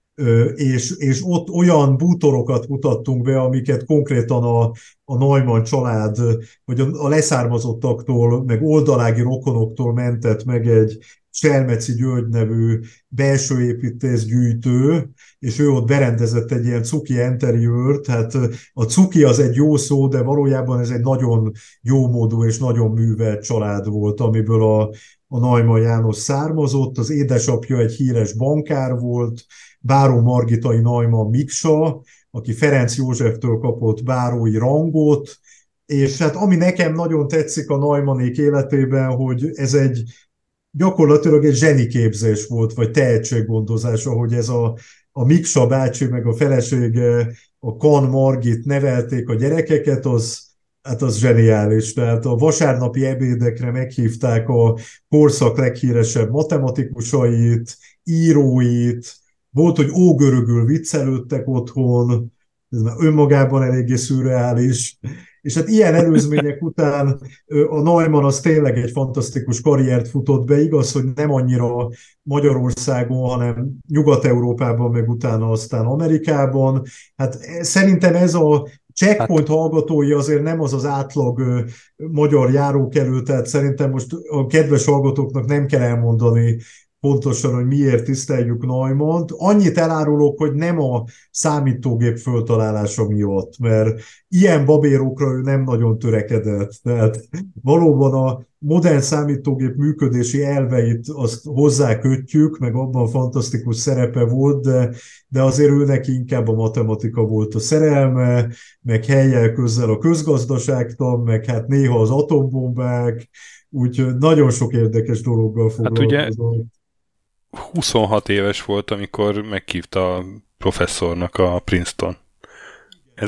és ott olyan bútorokat mutattunk be, amiket konkrétan a Neumann család, vagy a leszármazottaktól, meg oldalági rokonoktól mentett meg egy Selmeci György nevű belső építészgyűjtő, és ő ott berendezett egy ilyen cuki interiőrt. Hát a cuki az egy jó szó, de valójában ez egy nagyon jómódú és nagyon művelt család volt, amiből a Neumann János származott. Az édesapja egy híres bankár volt, Báró Margitai Neumann Miksa, aki Ferenc Józseftől kapott bárói rangot, és hát ami nekem nagyon tetszik a Neumannék életében, hogy ez gyakorlatilag egy zseniképzés volt, vagy tehetséggondozás, ahogy ez a Miksa bácsi, meg a felesége, a Kan Margit nevelték a gyerekeket, hát az zseniális. Tehát a vasárnapi ebédekre meghívták a korszak leghíresebb matematikusait, íróit, volt, hogy ógörögül viccelődtek otthon, ez már önmagában eléggé szürreális. És hát ilyen előzmények után a Neumann az tényleg egy fantasztikus karriert futott be, igaz, hogy nem annyira Magyarországon, hanem Nyugat-Európában, meg utána aztán Amerikában. Hát szerintem ez a checkpoint hallgatói azért nem az átlag magyar járókelő, tehát szerintem most a kedves hallgatóknak nem kell elmondani pontosan, hogy miért tiszteljük Neumannt. Annyit elárulok, hogy nem a számítógép föltalálása miatt, mert ilyen babérokra ő nem nagyon törekedett. Tehát valóban a modern számítógép működési elveit azt hozzákötjük, meg abban fantasztikus szerepe volt, de azért ő neki inkább a matematika volt a szerelme, meg helyjel közel a közgazdaságtan, meg hát néha az atombombák, úgyhogy nagyon sok érdekes dologgal foglalkozott. Hát ugye 26 éves volt, amikor meghívta a professzornak a Princeton. Ez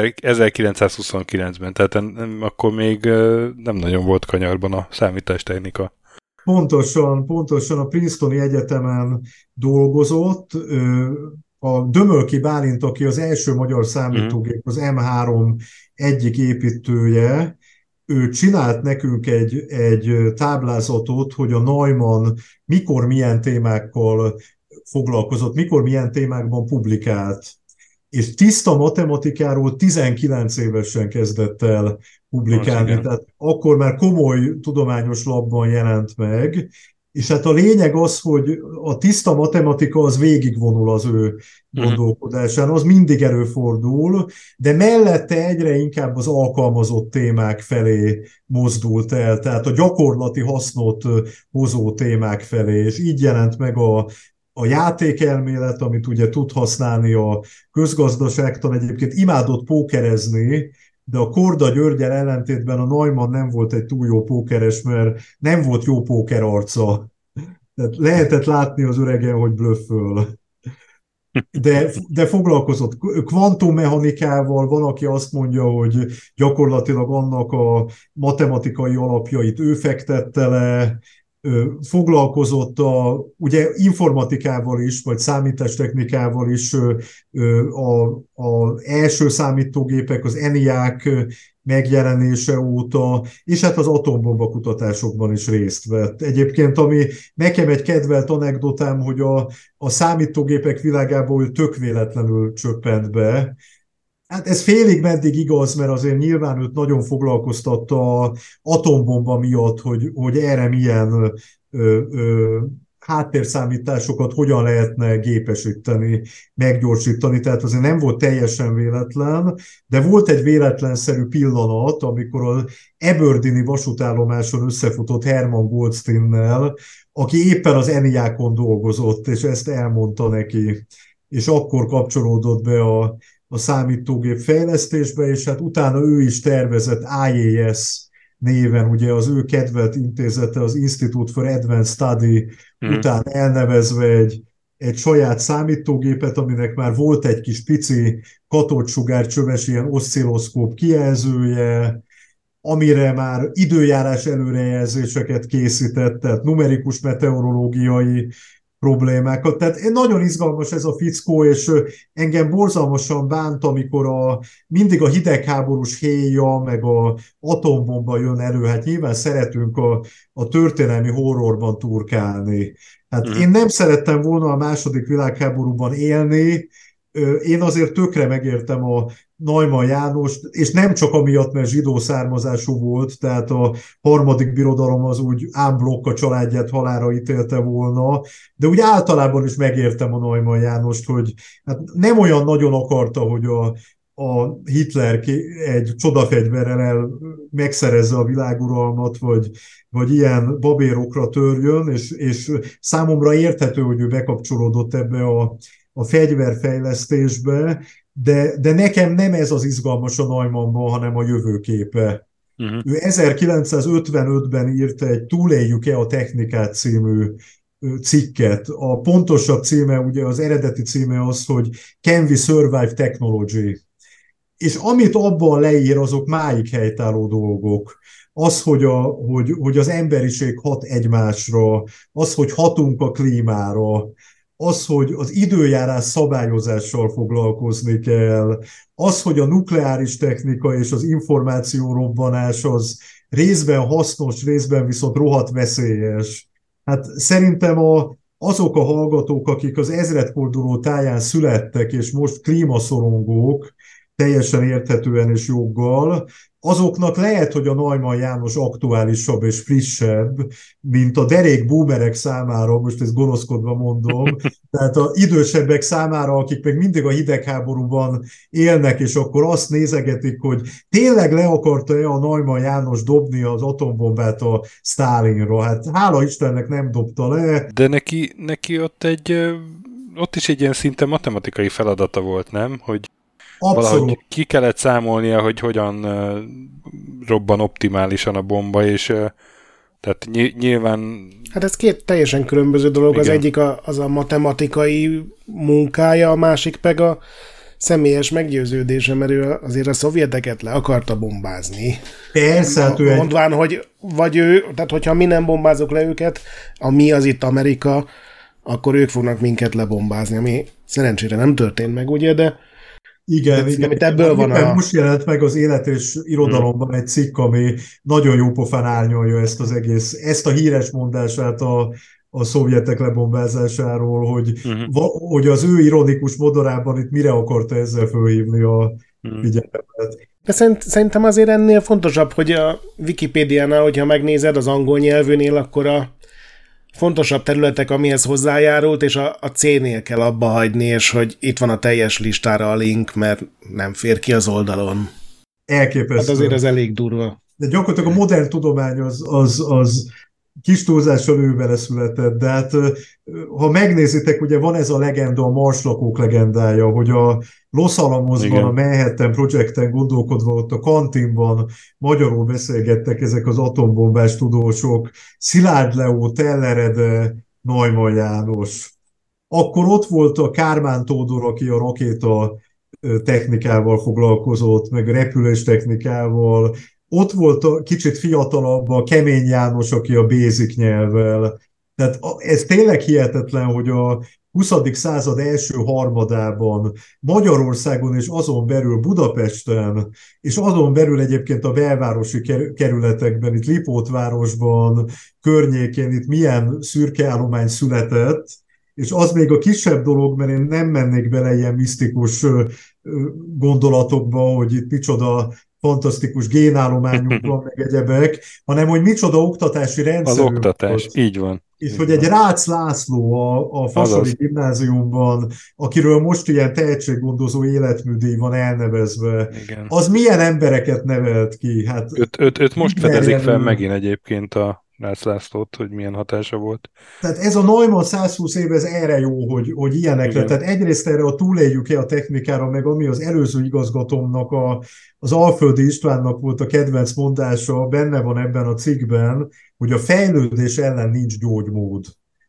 1929-ben, tehát akkor még nem nagyon volt kanyarban a számítástechnika. Pontosan a Princetoni Egyetemen dolgozott. A Dömölki Bálint, aki az első magyar számítógép, az M3 egyik építője, ő csinált nekünk egy táblázatot, hogy a Neumann mikor milyen témákkal foglalkozott, mikor milyen témákban publikált. És tiszta matematikáról 19 évesen kezdett el publikálni, tehát akkor már komoly tudományos labban jelent meg, és hát a lényeg az, hogy a tiszta matematika az végigvonul az ő gondolkodásán, az mindig előfordul, de mellette egyre inkább az alkalmazott témák felé mozdult el, tehát a gyakorlati hasznot hozó témák felé, és így jelent meg a játékelmélet, amit ugye tud használni a közgazdaságtan. Egyébként imádott pókerezni, de a Korda Györggyel ellentétben a Neumann nem volt egy túl jó pókeres, mert nem volt jó póker arca. Tehát lehetett látni az öregen, hogy blöfföl. De foglalkozott kvantummechanikával, van, aki azt mondja, hogy gyakorlatilag annak a matematikai alapjait ő fektette le, foglalkozott ugye informatikával is, vagy számítástechnikával is, az első számítógépek, az ENIAC megjelenése óta, és hát az atombomba kutatásokban is részt vett. Egyébként, ami nekem egy kedvelt anekdotám, hogy a számítógépek világából tök véletlenül csöppent be. Hát ez félig meddig igaz, mert azért nyilván őt nagyon foglalkoztatta az atombomba miatt, hogy erre milyen háttérszámításokat hogyan lehetne gépesíteni, meggyorsítani, tehát azért nem volt teljesen véletlen, de volt egy véletlenszerű pillanat, amikor az Aberdeeni vasútállomáson összefutott Herman Goldsteinnel, aki éppen az ENIAC-on dolgozott, és ezt elmondta neki, és akkor kapcsolódott be a számítógép fejlesztésbe, és hát utána ő is tervezett IAS néven, ugye az ő kedvelt intézete, az Institute for Advanced Study után elnevezve egy saját számítógépet, aminek már volt egy kis pici katódsugárcsöves ilyen oszcilloszkóp kijelzője, amire már időjárás előrejelzéseket készített, tehát numerikus meteorológiai problémákat. Tehát nagyon izgalmas ez a fickó, és engem borzalmasan bánt, amikor mindig a hidegháborús héja, meg a atombomba jön elő. Hát nyilván szeretünk a történelmi horrorban turkálni. Hát én nem szerettem volna a második világháborúban élni, én azért tökre megértem a Neumann Jánost, és nem csak amiatt, mert zsidó származású volt, tehát a harmadik birodalom az úgy ámblokk a családját halálra ítélte volna, de úgy általában is megértem a Neumann Jánost, hogy hát nem olyan nagyon akarta, hogy a Hitler egy csodafegyverrel megszerezze a világuralmat, vagy ilyen babérokra törjön, és számomra érthető, hogy ő bekapcsolódott ebbe a fegyverfejlesztésbe, de nekem nem ez az izgalmas a Neumannban, hanem a jövőképe. Ő 1955-ben írt egy Túléljük-e a technikát című cikket. A pontosabb címe, ugye az eredeti címe az, hogy Can we survive technology? És amit abban leír, azok máig helytálló dolgok. Az, hogy az emberiség hat egymásra, az, hogy hatunk a klímára, az, hogy az időjárás szabályozással foglalkozni kell, az, hogy a nukleáris technika és az információrobbanás az részben hasznos, részben viszont rohadt veszélyes. Hát szerintem azok a hallgatók, akik az ezredforduló táján születtek, és most klímaszorongók, teljesen érthetően és joggal, azoknak lehet, hogy a Neumann János aktuálisabb és frissebb, mint a derék boomerek számára, most ezt gonoszkodva mondom, tehát az idősebbek számára, akik meg mindig a hidegháborúban élnek, és akkor azt nézegetik, hogy tényleg le akarta-e a Neumann János dobni az atombombát a Sztálinra. Hát hála Istennek nem dobta le. De neki ott is egy ilyen szinte matematikai feladata volt, nem? Hogy abszolút. Valahogy ki kellett számolnia, hogy hogyan robban optimálisan a bomba, és tehát nyilván... Hát ez két teljesen különböző dolog. Igen. Az egyik az a matematikai munkája, a másik meg a személyes meggyőződése, mert ő azért a szovjeteket le akarta bombázni. Persze, hát ő mondván, hogy vagy ő, tehát hogyha mi nem bombázok le őket, mi az itt Amerika, akkor ők fognak minket lebombázni, ami szerencsére nem történt meg, ugye, de igen. Ebből van most jelent meg az Élet és Irodalomban egy cikk, ami nagyon jó pofán árnyalja ezt a híres mondását a szovjetek lebombázásáról, hogy az ő ironikus modorában itt mire akarta ezzel fölhívni a figyelmet. De szerintem azért ennél fontosabb, hogy a Wikipédiánál, hogyha megnézed az angol nyelvűnél, akkor a fontosabb területek, amihez hozzájárult, és a C-nél kell abba hagyni, és hogy itt van a teljes listára a link, mert nem fér ki az oldalon. Elképesztő. Hát azért ez elég durva. De gyakorlatilag a modern tudomány az kis túlzással ő vele született, de hát ha megnézitek, ugye van ez a legenda, a marslakók legendája, hogy a Los Alamosban, a Manhattan Projecten gondolkodva ott a kantinban magyarul beszélgettek ezek az atombombás tudósok, Szilárd Leó, Teller Ede, Neumann János. Akkor ott volt a Kármán Tódor, aki a rakéta technikával foglalkozott, meg repülés technikával. Ott volt a kicsit fiatalabb a Kemény János, aki a basic nyelvvel. Tehát ez tényleg hihetetlen, hogy a 20. század első harmadában Magyarországon és azon belül Budapesten, és azon belül egyébként a belvárosi kerületekben, itt Lipótvárosban, környékén, itt milyen szürke állomány született, és az még a kisebb dolog, mert én nem mennék bele ilyen misztikus gondolatokba, hogy itt micsoda fantasztikus génállományunk van, meg egyebek, hanem hogy micsoda oktatási rendszerünk. Az oktatás, volt. Így van. És hogy egy Rácz László a Fasori gimnáziumban, akiről most ilyen tehetséggondozó életműdíj van elnevezve, igen. Az milyen embereket nevelt ki? Hát őt most fedezik fel megint egyébként a Rácz Lászlót, hogy milyen hatása volt. Tehát ez a Neumann 120 év, ez erre jó, hogy ilyenekre. Tehát egyrészt erre a túléljük-e a technikára, meg ami az előző igazgatómnak, az Alföldi Istvánnak volt a kedvenc mondása, benne van ebben a cikkben, hogy a fejlődés ellen nincs gyógymód.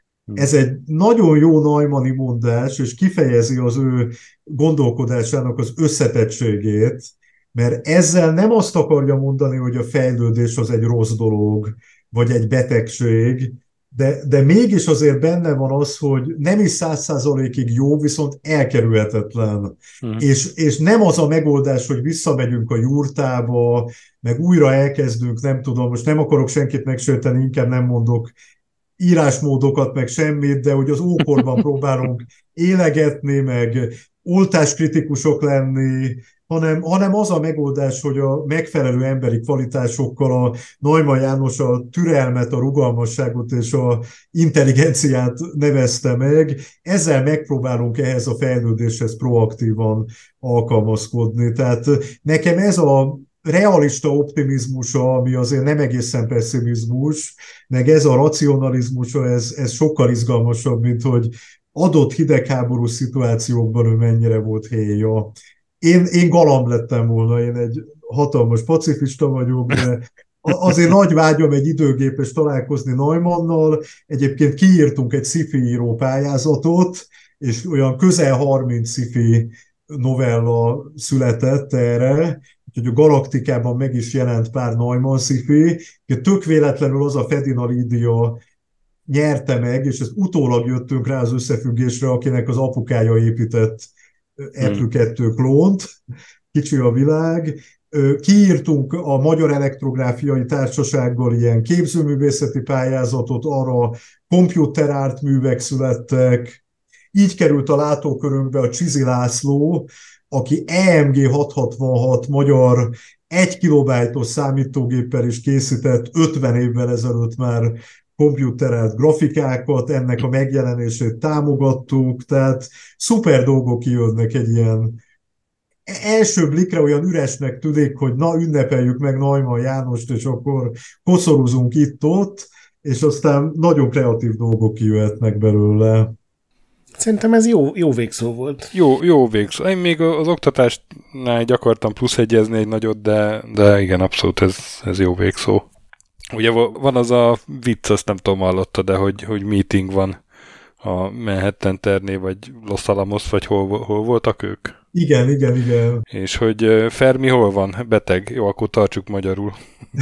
Ez egy nagyon jó neumanni mondás, és kifejezi az ő gondolkodásának az összetettségét, mert ezzel nem azt akarja mondani, hogy a fejlődés az egy rossz dolog, vagy egy betegség, de mégis azért benne van az, hogy nem is 100%-ig jó, viszont elkerülhetetlen. És nem az a megoldás, hogy visszamegyünk a jurtába, meg újra elkezdünk, nem tudom, most nem akarok senkit megsérteni, inkább nem mondok írásmódokat, meg semmit, de hogy az ókorban próbálunk élegetni, meg oltáskritikusok lenni, hanem az a megoldás, hogy a megfelelő emberi kvalitásokkal a Neumann János a türelmet, a rugalmasságot és a intelligenciát nevezte meg. Ezzel megpróbálunk ehhez a fejlődéshez proaktívan alkalmazkodni. Tehát nekem ez a realista optimizmusa, ami azért nem egészen pessimizmus, meg ez a racionalizmusa, ez sokkal izgalmasabb, mint hogy adott hidegháború szituációkban ő mennyire volt héja. Én galamb lettem volna, én egy hatalmas pacifista vagyok, de azért nagy vágyam egy időgépes találkozni Neumannnal. Egyébként kiírtunk egy sci-fi író pályázatot, és olyan közel 30 sci-fi novella született erre, úgyhogy a Galaktikában meg is jelent pár Neumann sci-fi. Tök véletlenül az a Fedina Lídia nyerte meg, és ezt utólag jöttünk rá az összefüggésre, akinek az apukája épített Apple 2 klónt, kicsi a világ. Kiírtunk a Magyar Elektrográfiai Társasággal ilyen képzőművészeti pályázatot, arra komputerárt művek születtek. Így került a látókörünkbe a Csizi László, aki EMG 666 magyar 1 kilobájtos számítógéppel is készített 50 évvel ezelőtt már komputerált grafikákat, ennek a megjelenését támogattuk, tehát szuper dolgok kijönnek egy ilyen első blikre olyan üresnek tűnik, hogy na ünnepeljük meg Neumann Jánost, és akkor koszorúzunk itt-ott, és aztán nagyon kreatív dolgok kijöhetnek belőle. Szerintem ez jó végszó volt. Jó végszó. Én még az oktatásnál akartam plusz egyezni egy nagyot, de igen, abszolút ez jó végszó. Ugye van az a vicc, azt nem tudom, hallotta, de hogy meeting van a Manhattan terné, vagy Los Alamos, vagy hol voltak ők? Igen. És hogy Fermi hol van? Beteg. Jó, akkor tartsuk magyarul.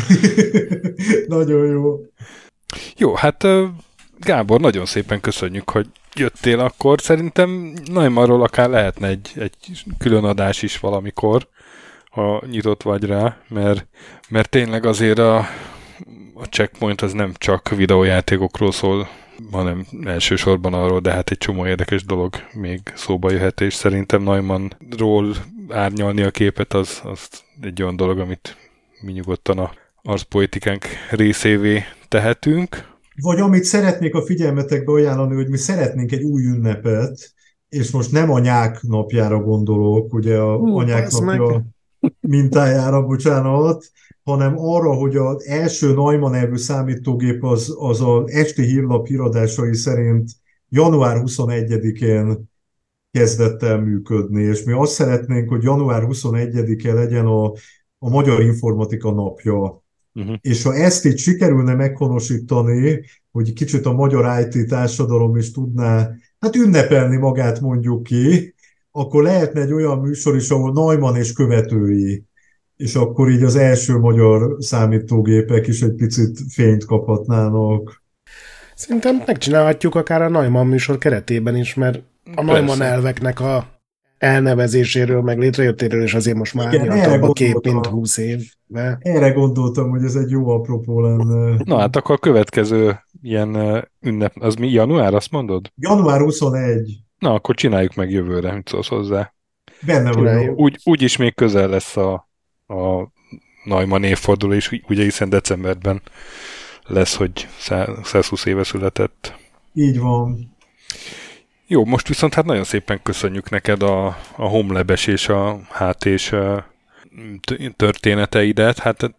Nagyon jó. Jó, hát Gábor, nagyon szépen köszönjük, hogy jöttél akkor. Szerintem Neumannról akár lehetne egy külön adás is valamikor, ha nyitott vagy rá, mert tényleg azért a Checkpoint az nem csak videójátékokról szól, hanem elsősorban arról, de hát egy csomó érdekes dolog még szóba jöhet, és szerintem Neumannról árnyalni a képet az egy olyan dolog, amit mi nyugodtan a arcpoetikánk részévé tehetünk. Vagy amit szeretnék a figyelmetekbe ajánlani, hogy mi szeretnénk egy új ünnepet, és most nem anyák napjára gondolok, ugye a anyák napja mintájára, bocsánat, hanem arra, hogy az első Neumann nevű számítógép az az esti hírlap híradásai szerint január 21-én kezdett el működni, és mi azt szeretnénk, hogy január 21-e legyen a Magyar Informatika Napja. És ha ezt így sikerülne meghonosítani, hogy kicsit a magyar IT társadalom is tudná ünnepelni magát, mondjuk ki, akkor lehetne egy olyan műsor is, ahol Neumann és követői, és akkor így az első magyar számítógépek is egy picit fényt kaphatnának. Szerintem megcsinálhatjuk akár a Neumann műsor keretében is, mert a Neumann elveknek a elnevezéséről, meg létrejöttéről, és azért most már árnyaltabb a kép, mint 20 évve. Erre gondoltam, hogy ez egy jó apropó lenne. Na hát akkor a következő ilyen ünnep, az mi, január, azt mondod? Január 21. Na, akkor csináljuk meg jövőre, mit szólsz hozzá. Benne vagyok. Úgyis még közel lesz a Neumann évforduló, és ugye hiszen decemberben lesz, hogy 120 éve született. Így van. Jó, most viszont hát nagyon szépen köszönjük neked a HomeLab-es és a HT-s történeteidet. Hát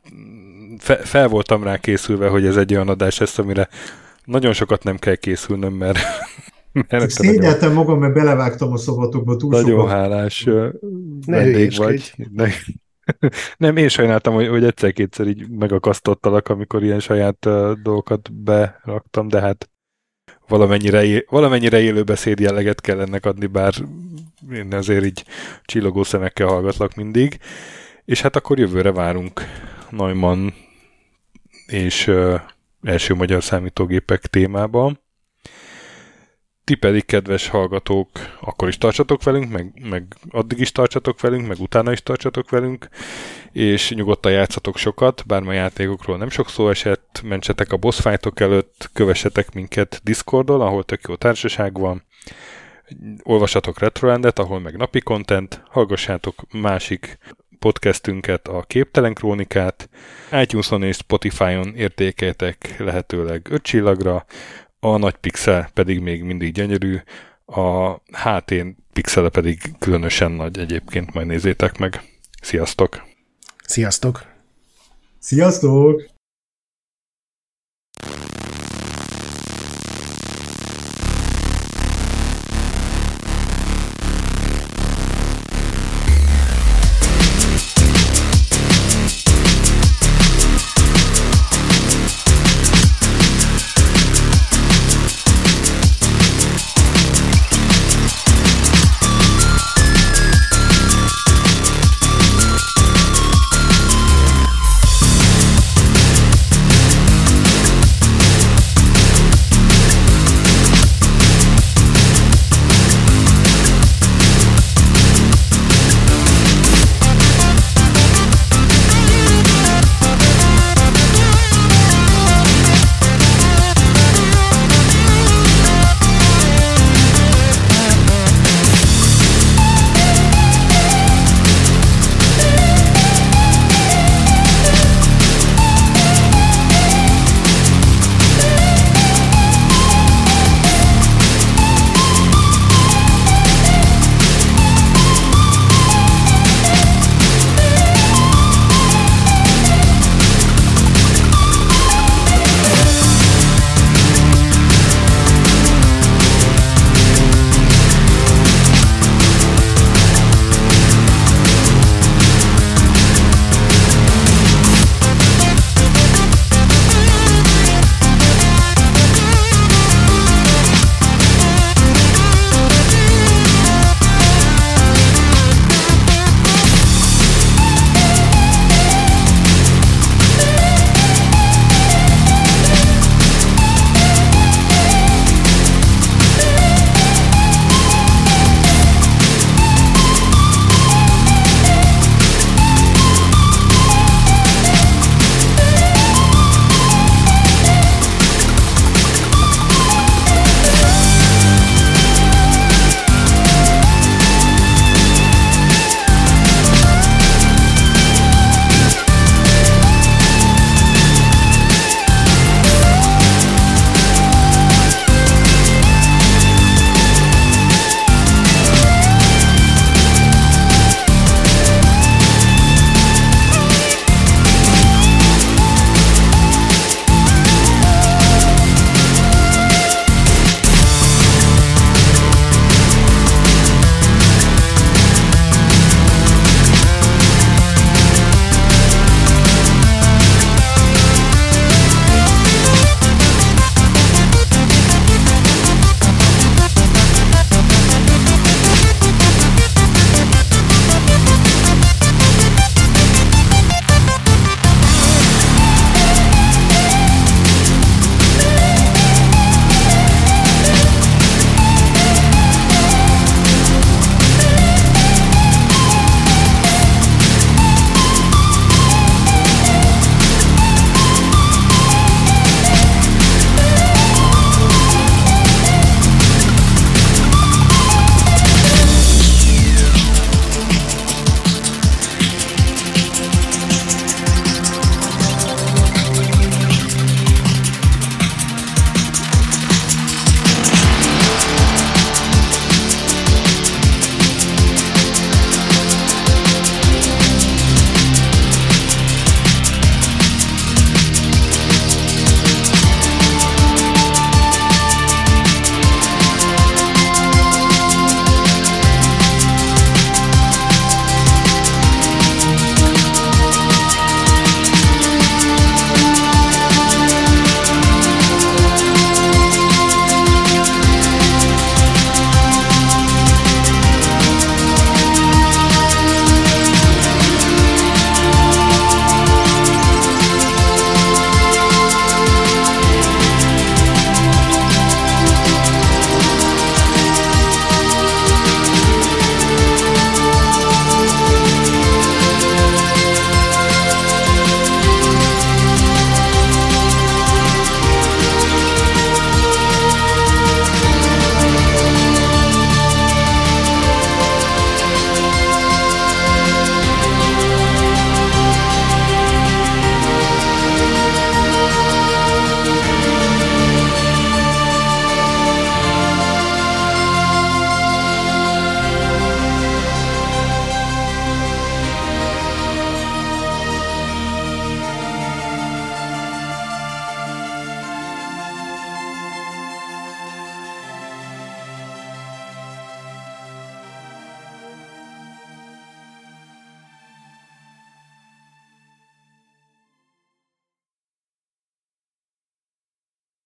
fel voltam rá készülve, hogy ez egy olyan adás lesz, amire nagyon sokat nem kell készülnöm, mert szégyeltem magam, mert belevágtam a szavatokba túl nagyon sokat. hálás vendég vagy. Nem, én sajnáltam, hogy egyszer-kétszer így megakasztottalak, amikor ilyen saját dolgokat beraktam, de hát valamennyire élő beszéd jelleget kell ennek adni, bár én azért így csillogó szemekkel hallgatlak mindig. És hát akkor jövőre várunk Neumann és első magyar számítógépek témában. Ti pedig, kedves hallgatók, akkor is tartsatok velünk, meg addig is tartsatok velünk, meg utána is tartsatok velünk, és nyugodtan játszatok sokat, bár a játékokról nem sok szó esett, mentsetek a boss fightok előtt, kövessetek minket Discordon, ahol tök jó társaság van, olvassatok Retrolandet, ahol meg napi content, hallgassátok másik podcastünket, a Képtelen Krónikát, iTunes-on és Spotify-on értékeljetek lehetőleg 5 csillagra, a nagy pixel pedig még mindig gyönyörű, a HT pixele pedig különösen nagy egyébként, majd nézzétek meg. Sziasztok! Sziasztok! Sziasztok!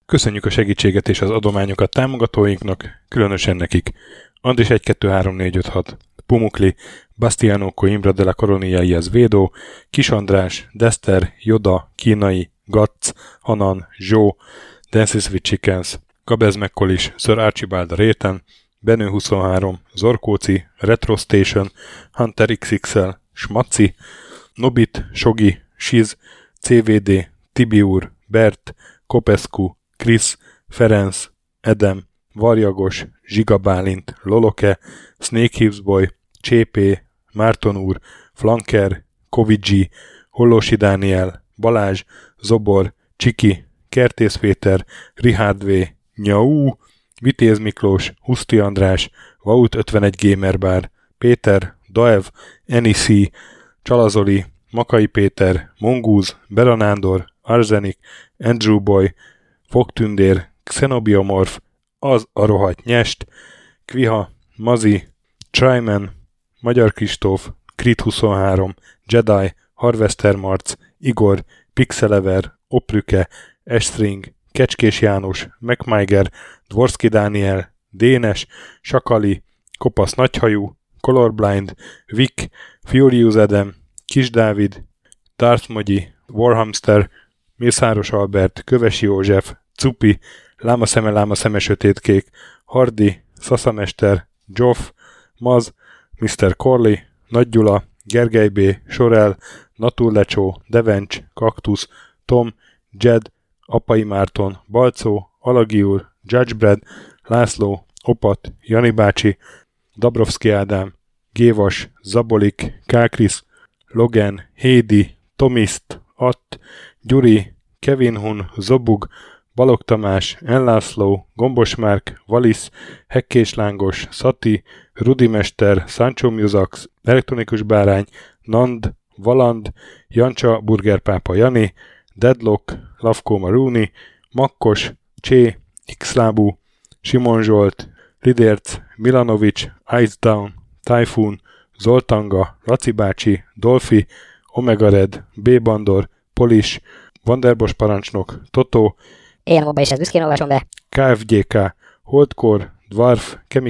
Köszönjük a segítséget és az adományokat támogatóinknak, különösen nekik. Andris 1, 2, 3, 4, 5, 6, Pumukli, Bastiano Coimbra de la Coronia Iaz Védó, Kis András, Dester, Joda, Kínai, Gatz, Hanan, Zsó, Dances with Chickens, Gabez Mekkolis, Sir Archibald a Réten, Benő 23, Zorkóci, Retro Station, Hunter XXL, Smaci, Nobit, Sogi, Siz, CVD, Tibiur, Bert, Kopescu, Krisz, Ferenc, Edem, Varjagos, Zsiga Bálint, Loloke, Snake Hips Boy, Csépé, Márton úr, Flanker, Kovicsi, Hollósi Dániel, Balázs, Zobor, Csiki, Kertész Péter, Richard V, Nyau, Vitéz Miklós, Huszti András, Vaut 51 Gamer Bar, Péter, Daev, Enisi, Csalazoli, Makai Péter, Mongúz, Beranándor, Arzenik, Andrew Boy, Fogtündér, Xenobiomorph, Az a rohadt nyest, Kviha, Mazi, Tryman, Magyar Kristóf, Krit 23, Jedi, Harvester Marc, Igor, Pixelever, Oprüke, Estring, Kecskés János, MacMiger, Dvorski Dániel, Dénes, Sakali, Kopasz Nagyhajú, Colorblind, Vic, Furious Adam, Kis Dávid, Darth Mogyi, Warhamster, Mészáros Albert, Kövesi József, Cupi, Láma szeme sötétkék, Hardi, Szaszamester, Joff, Maz, Mr. Corley, Nagy Gyula, Gergely B., Sorel, Naturlecsó, Devencs, Kaktusz, Tom, Jed, Apai Márton, Balcó, Alagi úr, Judge Brad, László, Opat, Jani bácsi, Dabrowski Ádám, Gévas, Zabolik, Kákris, Logan, Hédi, Tomiszt, Att, Gyuri, Kevin Hun, Zobug, Balog Tamás, Enlászló, Gombos Márk, Valisz, Hekkés Lángos, Szati, Rudimester, Sancho Musax, Elektronikus Bárány, Nand, Valand, Jancsa, Burgerpápa Jani, Deadlock, Lavko Maruni, Makkos, Csé, Xlábú, Simon Zsolt, Lidérc, Milanovic, Ice Down, Typhoon, Zoltanga, Laci bácsi, Dolfi, Omega Red, B. Bandor, Polis, Vanderbos parancsnok, Totó, Én abban is ezt büszkén olvasom be. KFGK, Holdkor, Dwarf, Kemi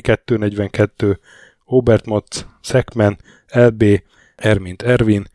242, Obert Motz, Szekmen, LB, Ermint Ervin,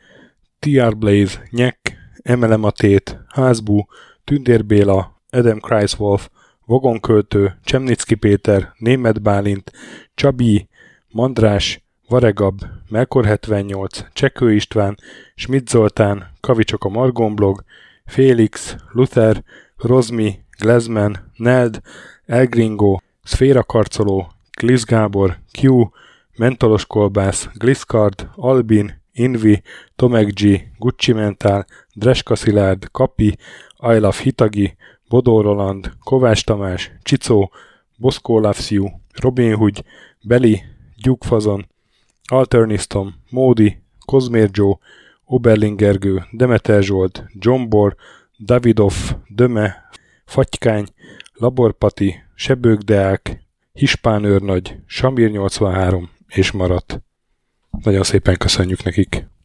TR Blaze, Nyek, MLM Atét, Házbú, Tündér Béla, Adam Kreiswolf, Vogonköltő, Csemnicki Péter, Németh Bálint, Csabi, Mandrás, Varegab, Melkor 78, Csekő István, Schmidt Zoltán, Kavicsok a Margonblog, Félix, Luther, Rozmi, Glezman, Neld, Elgringo, Szféra Karcoló, Glisz Gábor, Q, Mentolos Kolbász, Gliscard, Albin, Invi, Tomek G, Gucci Mentál, Dreska Szilárd, Kapi, I Love Hitagi, Bodó Roland, Kovács Tamás, Csicó, Boszkó Loves You, Robin Hood, Beli, Gyúkfazon, Alternisztom, Módi, Kozmér Joe, Oberlin Gergő, Demeter Zsolt, Dzsombor, Davidov, Döme, Fatykány, Laborpati, Sebők Deák, Hispán őrnagy, Samir 83 és Marat. Nagyon szépen köszönjük nekik!